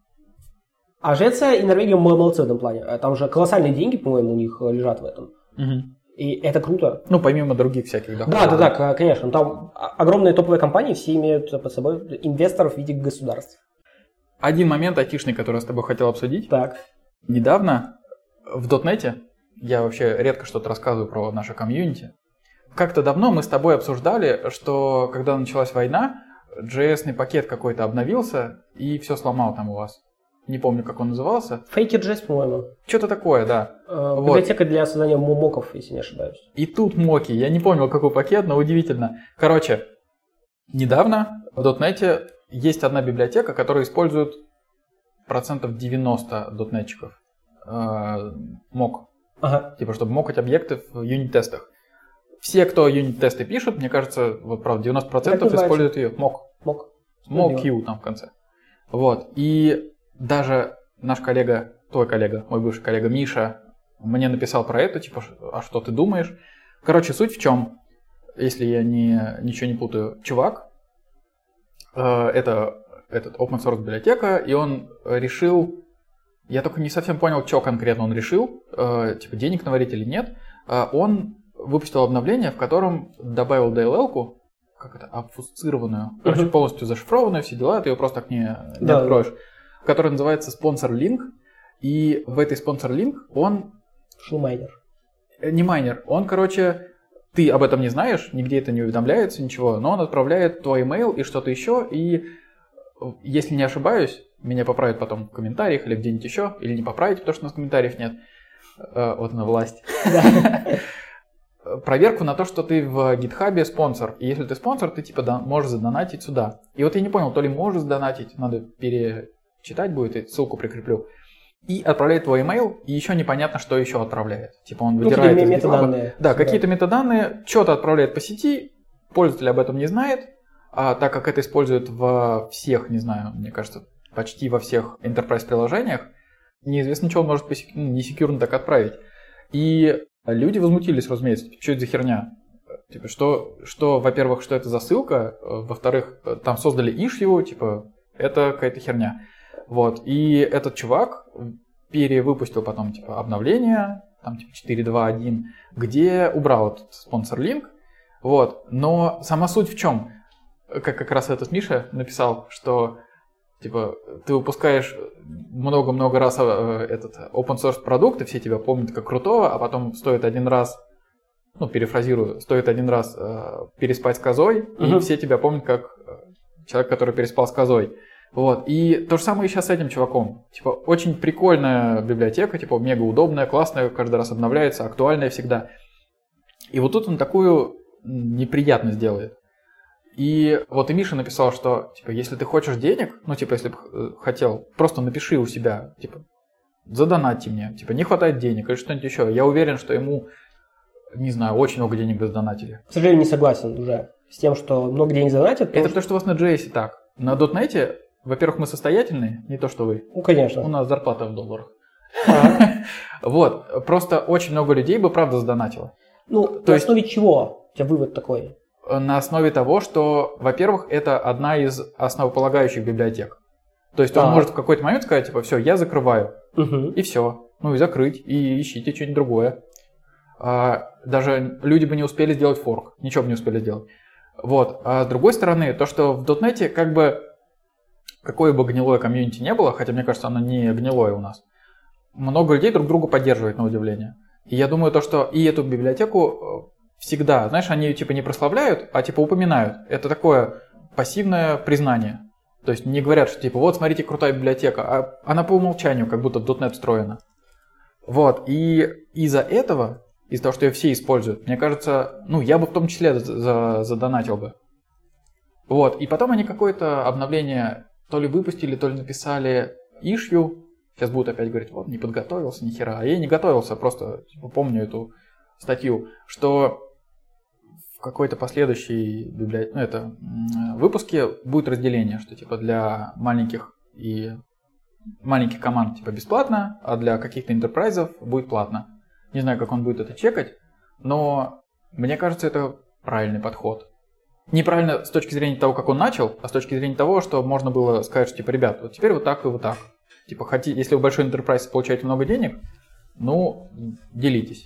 А Швеция и Норвегия молодцы в этом плане. Там же колоссальные деньги, по-моему, у них лежат в этом. Угу. И это круто. Ну, помимо других всяких доходов. Да, да, да, конечно. Там огромные топовые компании, все имеют под собой инвесторов в виде государств. Один момент айтишный, который я с тобой хотел обсудить. Так. Недавно в дотнете, я вообще редко что-то рассказываю про наше комьюнити, как-то давно мы с тобой обсуждали, что когда началась война, джей эс-ный пакет какой-то обновился и все сломал там у вас. Не помню, как он назывался. Faker.js, по-моему. Что-то такое, да. Э, Вот. Библиотека для создания моков, если не ошибаюсь. И тут моки. Я не помнил, какой пакет, но удивительно. Короче, недавно в дотнете есть одна библиотека, которая использует процентов девяносто дотнетчиков. Э, мок. Ага. Типа, чтобы мокать объекты в юнит-тестах. Все, кто юнит-тесты пишут, мне кажется, вот правда, девяносто процентов Как используют ее. Мок. Мок. Мок Q там в конце. Вот. И даже наш коллега, твой коллега, мой бывший коллега Миша, мне написал про это, типа, а что ты думаешь? Короче, суть в чем, если я не, ничего не путаю, чувак, э, это этот open source библиотека, и он решил, я только не совсем понял, что конкретно он решил, э, типа денег наварить или нет, э, он выпустил обновление, в котором добавил ди эл эл-ку, как это, обфусцированную, короче, Uh-huh. полностью зашифрованную, все дела, ты ее просто так не, не Да, откроешь, который называется Sponsor Link, и в этой Sponsor Link он... Шумайнер. Не майнер, он, короче, ты об этом не знаешь, нигде это не уведомляется, ничего, но он отправляет твой email и что-то еще, и если не ошибаюсь, меня поправят потом в комментариях или где-нибудь еще, или не поправить, потому что у нас комментариев нет, вот она власть. Проверку на то, что ты в GitHub спонсор. И если ты спонсор, ты типа да, можешь задонатить сюда. И вот я не понял, то ли можешь задонатить, надо перечитать будет, и ссылку прикреплю. И отправляет твой email, и еще непонятно, что еще отправляет. Типа он выдирает ну, из метаданные. GitHub. Да, какие-то метаданные, что-то отправляет по сети, пользователь об этом не знает, а так как это используют во всех, не знаю, мне кажется, почти во всех enterprise приложениях, неизвестно, что он может не секьюрно так отправить. И люди возмутились, разумеется, что это за херня? Типа, что, что, во-первых, что это за ссылка, во-вторых, там создали issue, типа, это какая-то херня. Вот, и этот чувак перевыпустил потом, типа, обновление, там, типа, четыре точка два точка один, где убрал этот спонсор-линк, вот, но сама суть в чем? Как как раз этот Миша написал, что, типа, ты выпускаешь много-много раз этот open source продукт, и все тебя помнят как крутого, а потом стоит один раз, ну, перефразирую, стоит один раз э, переспать с козой, uh-huh. и все тебя помнят как человек, который переспал с козой. Вот. И то же самое и сейчас с этим чуваком. Типа, очень прикольная библиотека, типа, мега удобная, классная, каждый раз обновляется, актуальная всегда. И вот тут он такую неприятность делает. И вот и Миша написал, что, типа, если ты хочешь денег, ну, типа, если бы хотел, просто напиши у себя, типа, задонатьте мне, типа, не хватает денег или что-нибудь еще. Я уверен, что ему, не знаю, очень много денег бы задонатили. К сожалению, не согласен уже с тем, что много денег задонатят. Это потому, что у вас на джей эс так. На дотнете, во-первых, мы состоятельные, не то, что вы. Ну, конечно. У нас зарплата в долларах. Вот, просто очень много людей бы, правда, задонатило. Ну, на основе чего у тебя вывод такой? На основе того, что, во-первых, это одна из основополагающих библиотек. То есть он может в какой-то момент сказать, типа, все, я закрываю, и все. Ну и закрыть, и ищите что-нибудь другое. Даже люди бы не успели сделать форк, ничего бы не успели сделать. Вот. А с другой стороны, то, что в дотнете как бы какое бы гнилое комьюнити не было, хотя мне кажется, оно не гнилое у нас, много людей друг друга поддерживает, на удивление. И я думаю, то, что и эту библиотеку всегда, знаешь, они ее типа не прославляют, а типа упоминают. Это такое пассивное признание. То есть не говорят, что типа вот смотрите, крутая библиотека, а она по умолчанию как будто в дотнет встроена. Вот. И из-за этого, из-за того, что ее все используют. Мне кажется, ну, я бы в том числе за- задонатил бы. Вот, и потом они какое-то обновление то ли выпустили, то ли написали issue. Сейчас будут опять говорить, вот, не подготовился ни хера. А я не готовился, просто типа, помню эту статью, что в какой-то последующей библиотеке, ну, это, выпуске будет разделение, что типа для маленьких и маленьких команд типа бесплатно, а для каких-то интерпрайзов будет платно. Не знаю, как он будет это чекать, но мне кажется, это правильный подход. Неправильно с точки зрения того, как он начал, а с точки зрения того, что можно было сказать, что типа, ребят, вот теперь вот так и вот так. Типа, хотите, если вы большой enterprise получаете много денег, ну, делитесь.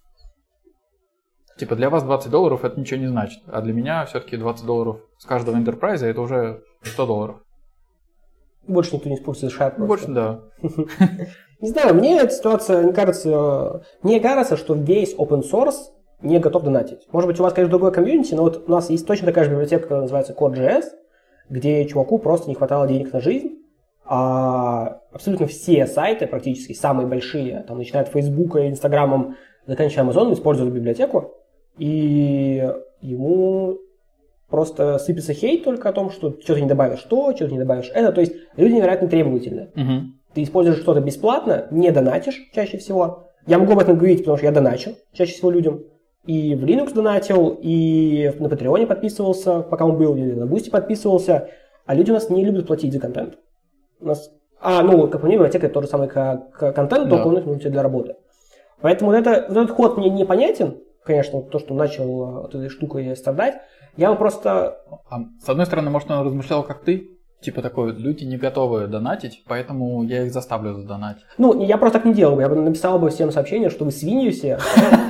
Типа, для вас двадцать долларов это ничего не значит, а для меня все-таки двадцать долларов с каждого enterprise это уже сто долларов. Больше никто не спустится шаг. Больше, да. Не знаю, мне эта ситуация, мне кажется, мне кажется, что весь open source не готов донатить. Может быть, у вас, конечно, другой комьюнити, но вот у нас есть точно такая же библиотека, которая называется Code.js, где чуваку просто не хватало денег на жизнь, а абсолютно все сайты, практически самые большие, там, начиная от Facebook, Инстаграмом, заканчивая Amazon, используют библиотеку, и ему просто сыпется хейт только о том, что что ты не добавишь то, что ты не добавишь это, то есть люди невероятно требовательны. Угу. Ты используешь что-то бесплатно, не донатишь чаще всего. Я могу об этом говорить, потому что я доначу чаще всего людям. И в Linux донатил, и на Patreon подписывался, пока он был, и на Boosty подписывался. А люди у нас не любят платить за контент. У нас... А, ну, как мы библиотека, это то же самое, как контент, да. Только у нас для работы. Поэтому вот, это, вот этот ход мне непонятен. Конечно, то, что начал вот этой штукой страдать. Я просто... А, с одной стороны, может, он размышлял, как ты? Типа такой, люди не готовы донатить, поэтому я их заставлю задонатить. Ну, я просто так не делал бы. Я бы написал бы всем сообщение, что вы свиньи все,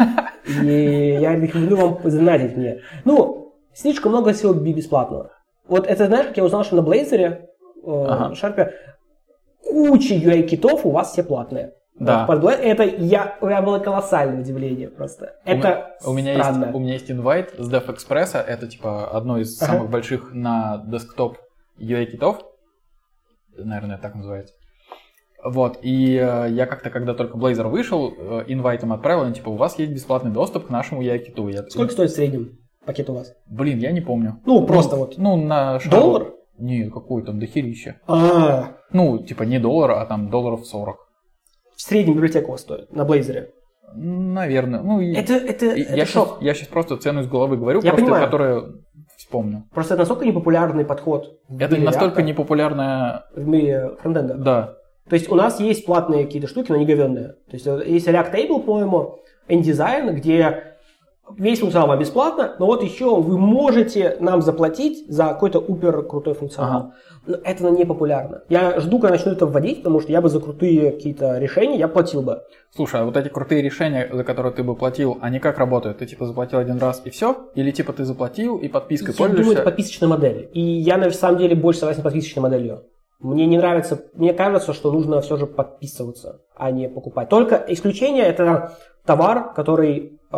и я рекомендую вам задонатить мне. Ну, слишком много всего бесплатного. Вот это, знаешь, как я узнал, что на Blazor, в Sharp, куча ю ай-китов у вас все платные. Да. Это я, у меня было колоссальное удивление просто. Это у меня, странно. Есть, у меня есть инвайт с DevExpress, это типа одно из ага. самых больших на десктоп ю ай-китов, наверное, так называется. Вот, и э, я как-то, когда только Blazor вышел, э, инвайтом отправил, он, типа, у вас есть бесплатный доступ к нашему ю ай-киту. Я... Сколько стоит в среднем пакет у вас? Блин, я не помню. Ну, просто ну, вот. Ну, на шару. Доллар? Не, какой там, дохерища. А-а-а. Ну, типа, не доллар, а там долларов сорок. В среднем библиотека у вас стоит, на Blazor? Наверное. Ну, это, это, я, это сейчас, я сейчас просто цену из головы говорю, я просто, понимаю. Которую вспомню. Просто это настолько непопулярный подход. Это настолько непопулярная... В мире фронтенда. Да. То есть у нас есть платные какие-то штуки, но не говенные. То есть есть React Table, по-моему, InDesign, где весь функционал вам бесплатно, но вот еще вы можете нам заплатить за какой-то упер крутой функционал. Ага. Но это не популярно. Я жду, когда начнут это вводить, потому что я бы за крутые какие-то решения я платил бы. Слушай, а вот эти крутые решения, за которые ты бы платил, они как работают? Ты типа заплатил один раз и все? Или типа ты заплатил и подпиской я пользуешься? Думаю, это подписочная модель. И я на самом деле больше согласен с подписочной моделью. Мне не нравится, мне кажется, что нужно все же подписываться, а не покупать. Только исключение это товар, который э,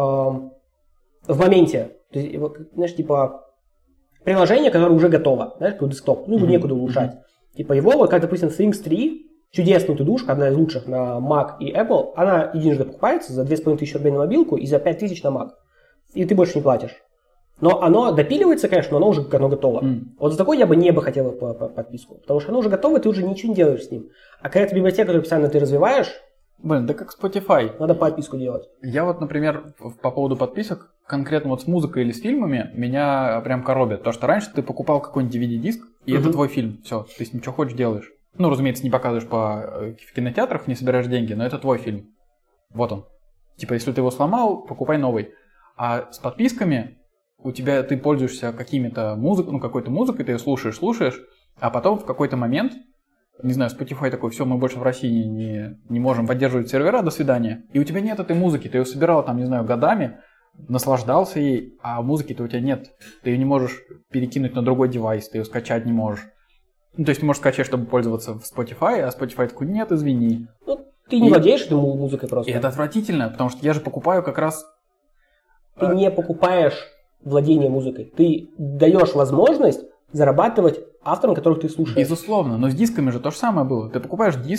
в моменте, то есть, знаешь, типа приложение, которое уже готово, знаешь, как десктоп, ну, его mm-hmm. некуда улучшать. Mm-hmm. Типа его, вот как, допустим, Things три, чудесная тудушка, одна из лучших на Mac и Apple, она единожды покупается за две с половиной тысячи рублей на мобилку и за пять тысяч на Mac. И ты больше не платишь. Но оно допиливается, конечно, но оно уже оно готово. Mm. Вот за такое я бы не бы хотел по, по, подписку. Потому что оно уже готово, и ты уже ничего не делаешь с ним. А когда это библиотека, которую постоянно ты развиваешь, блин, да как Spotify. Надо подписку делать. Я вот, например, по поводу подписок, конкретно вот с музыкой или с фильмами, меня прям коробит. Потому что раньше ты покупал какой-нибудь ди ви ди-диск, и mm-hmm. это твой фильм. Все, ты с ним что хочешь делаешь. Ну, разумеется, не показываешь по, в кинотеатрах, не собираешь деньги, но это твой фильм. Вот он. Типа, если ты его сломал, покупай новый. А с подписками у тебя ты пользуешься какими-то музыкой, ну, какой-то музыкой, ты ее слушаешь, слушаешь, а потом в какой-то момент, не знаю, Spotify такой, все, мы больше в России не, не можем поддерживать сервера, до свидания. И у тебя нет этой музыки, ты ее собирал там, не знаю, годами, наслаждался ей, а музыки-то у тебя нет. Ты ее не можешь перекинуть на другой девайс, ты ее скачать не можешь. Ну, то есть ты можешь скачать, чтобы пользоваться в Spotify, а Spotify такой, нет, извини. Ну, ты не и, владеешь этой музыкой просто. И это отвратительно, потому что я же покупаю как раз... Ты а... не покупаешь владение музыкой. Ты даешь возможность зарабатывать авторам, которых ты слушаешь. Безусловно, но с дисками же то же самое было. Ты покупаешь диск,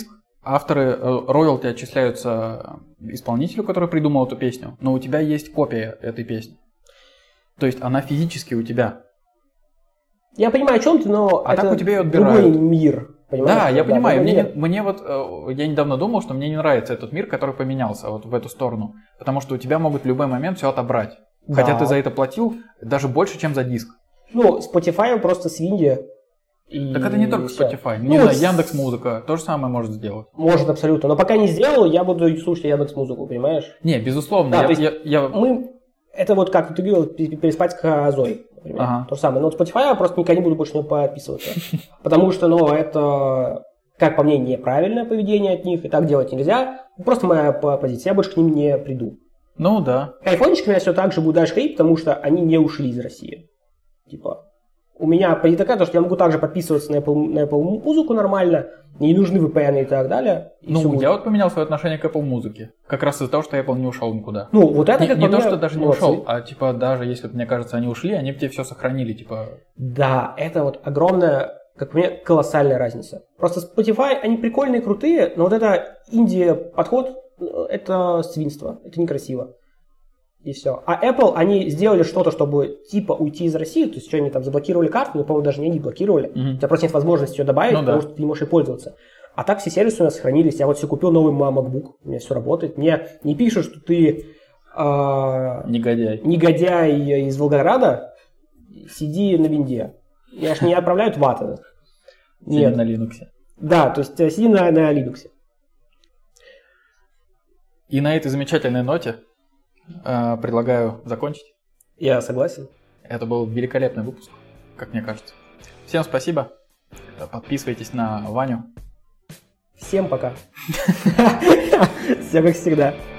авторы, роялти отчисляются исполнителю, который придумал эту песню, но у тебя есть копия этой песни. То есть она физически у тебя. Я понимаю, о чем ты, но а это так у тебя ее другой отбирают. мир. Понимаешь? Да, я да, понимаю. Мне, мир. мне вот, я недавно думал, что мне не нравится этот мир, который поменялся вот в эту сторону. Потому что у тебя могут в любой момент все отобрать. Да. Хотя ты за это платил даже больше, чем за диск. Ну, Spotify просто свинья. И Так это не только всё. Spotify. Ну, Не вот знаю, Яндекс.Музыка то же самое может сделать. Может, абсолютно. Но пока не сделал, я буду слушать Яндекс.Музыку, понимаешь? Не, безусловно. Да, я, то есть я, я... Мы... Это вот как ты говорил, переспать с Азой, например. Ага. То же самое. Но вот Spotify я просто никогда не буду больше не подписываться. Потому что, ну, это, как по мне, неправильное поведение от них, и так делать нельзя. Просто моя позиция. Я больше к ним не приду. Ну да. Айфончиками я все так же буду дальше ходить, потому что они не ушли из России. Типа, у меня позиция такая, что я могу также подписываться на Apple, на Apple музыку нормально, не нужны ви пи эн и так далее. И ну, я вот поменял свое отношение к Apple музыке. Как раз из-за того, что Apple не ушел никуда. Ну, вот это не, как не по то, мне, что даже не молодцы. ушел, а типа даже если, мне кажется, они ушли, они бы тебе все сохранили, типа. Да, это вот огромная, как по мне, колоссальная разница. Просто Spotify, они прикольные, крутые, но вот это инди-подход, это свинство, это некрасиво. И все. А Apple, они сделали что-то, чтобы типа уйти из России, то есть что они там заблокировали карту, но, по-моему, даже не они блокировали. Mm-hmm. У тебя просто нет возможности ее добавить, ну, потому да. что ты не можешь ей пользоваться. А так все сервисы у нас сохранились. Я вот себе купил новый MacBook, у меня все работает. Мне не пишут, что ты э, негодяй. негодяй из Волгограда, сиди на винде. Меня ж не отправляют в ад. Сиди Нет. на Linux. Да, то есть сиди на, на Linux. И на этой замечательной ноте э, предлагаю закончить. Я согласен. Это был великолепный выпуск, как мне кажется. Всем спасибо. Подписывайтесь на Ваню. Всем пока. Все как всегда.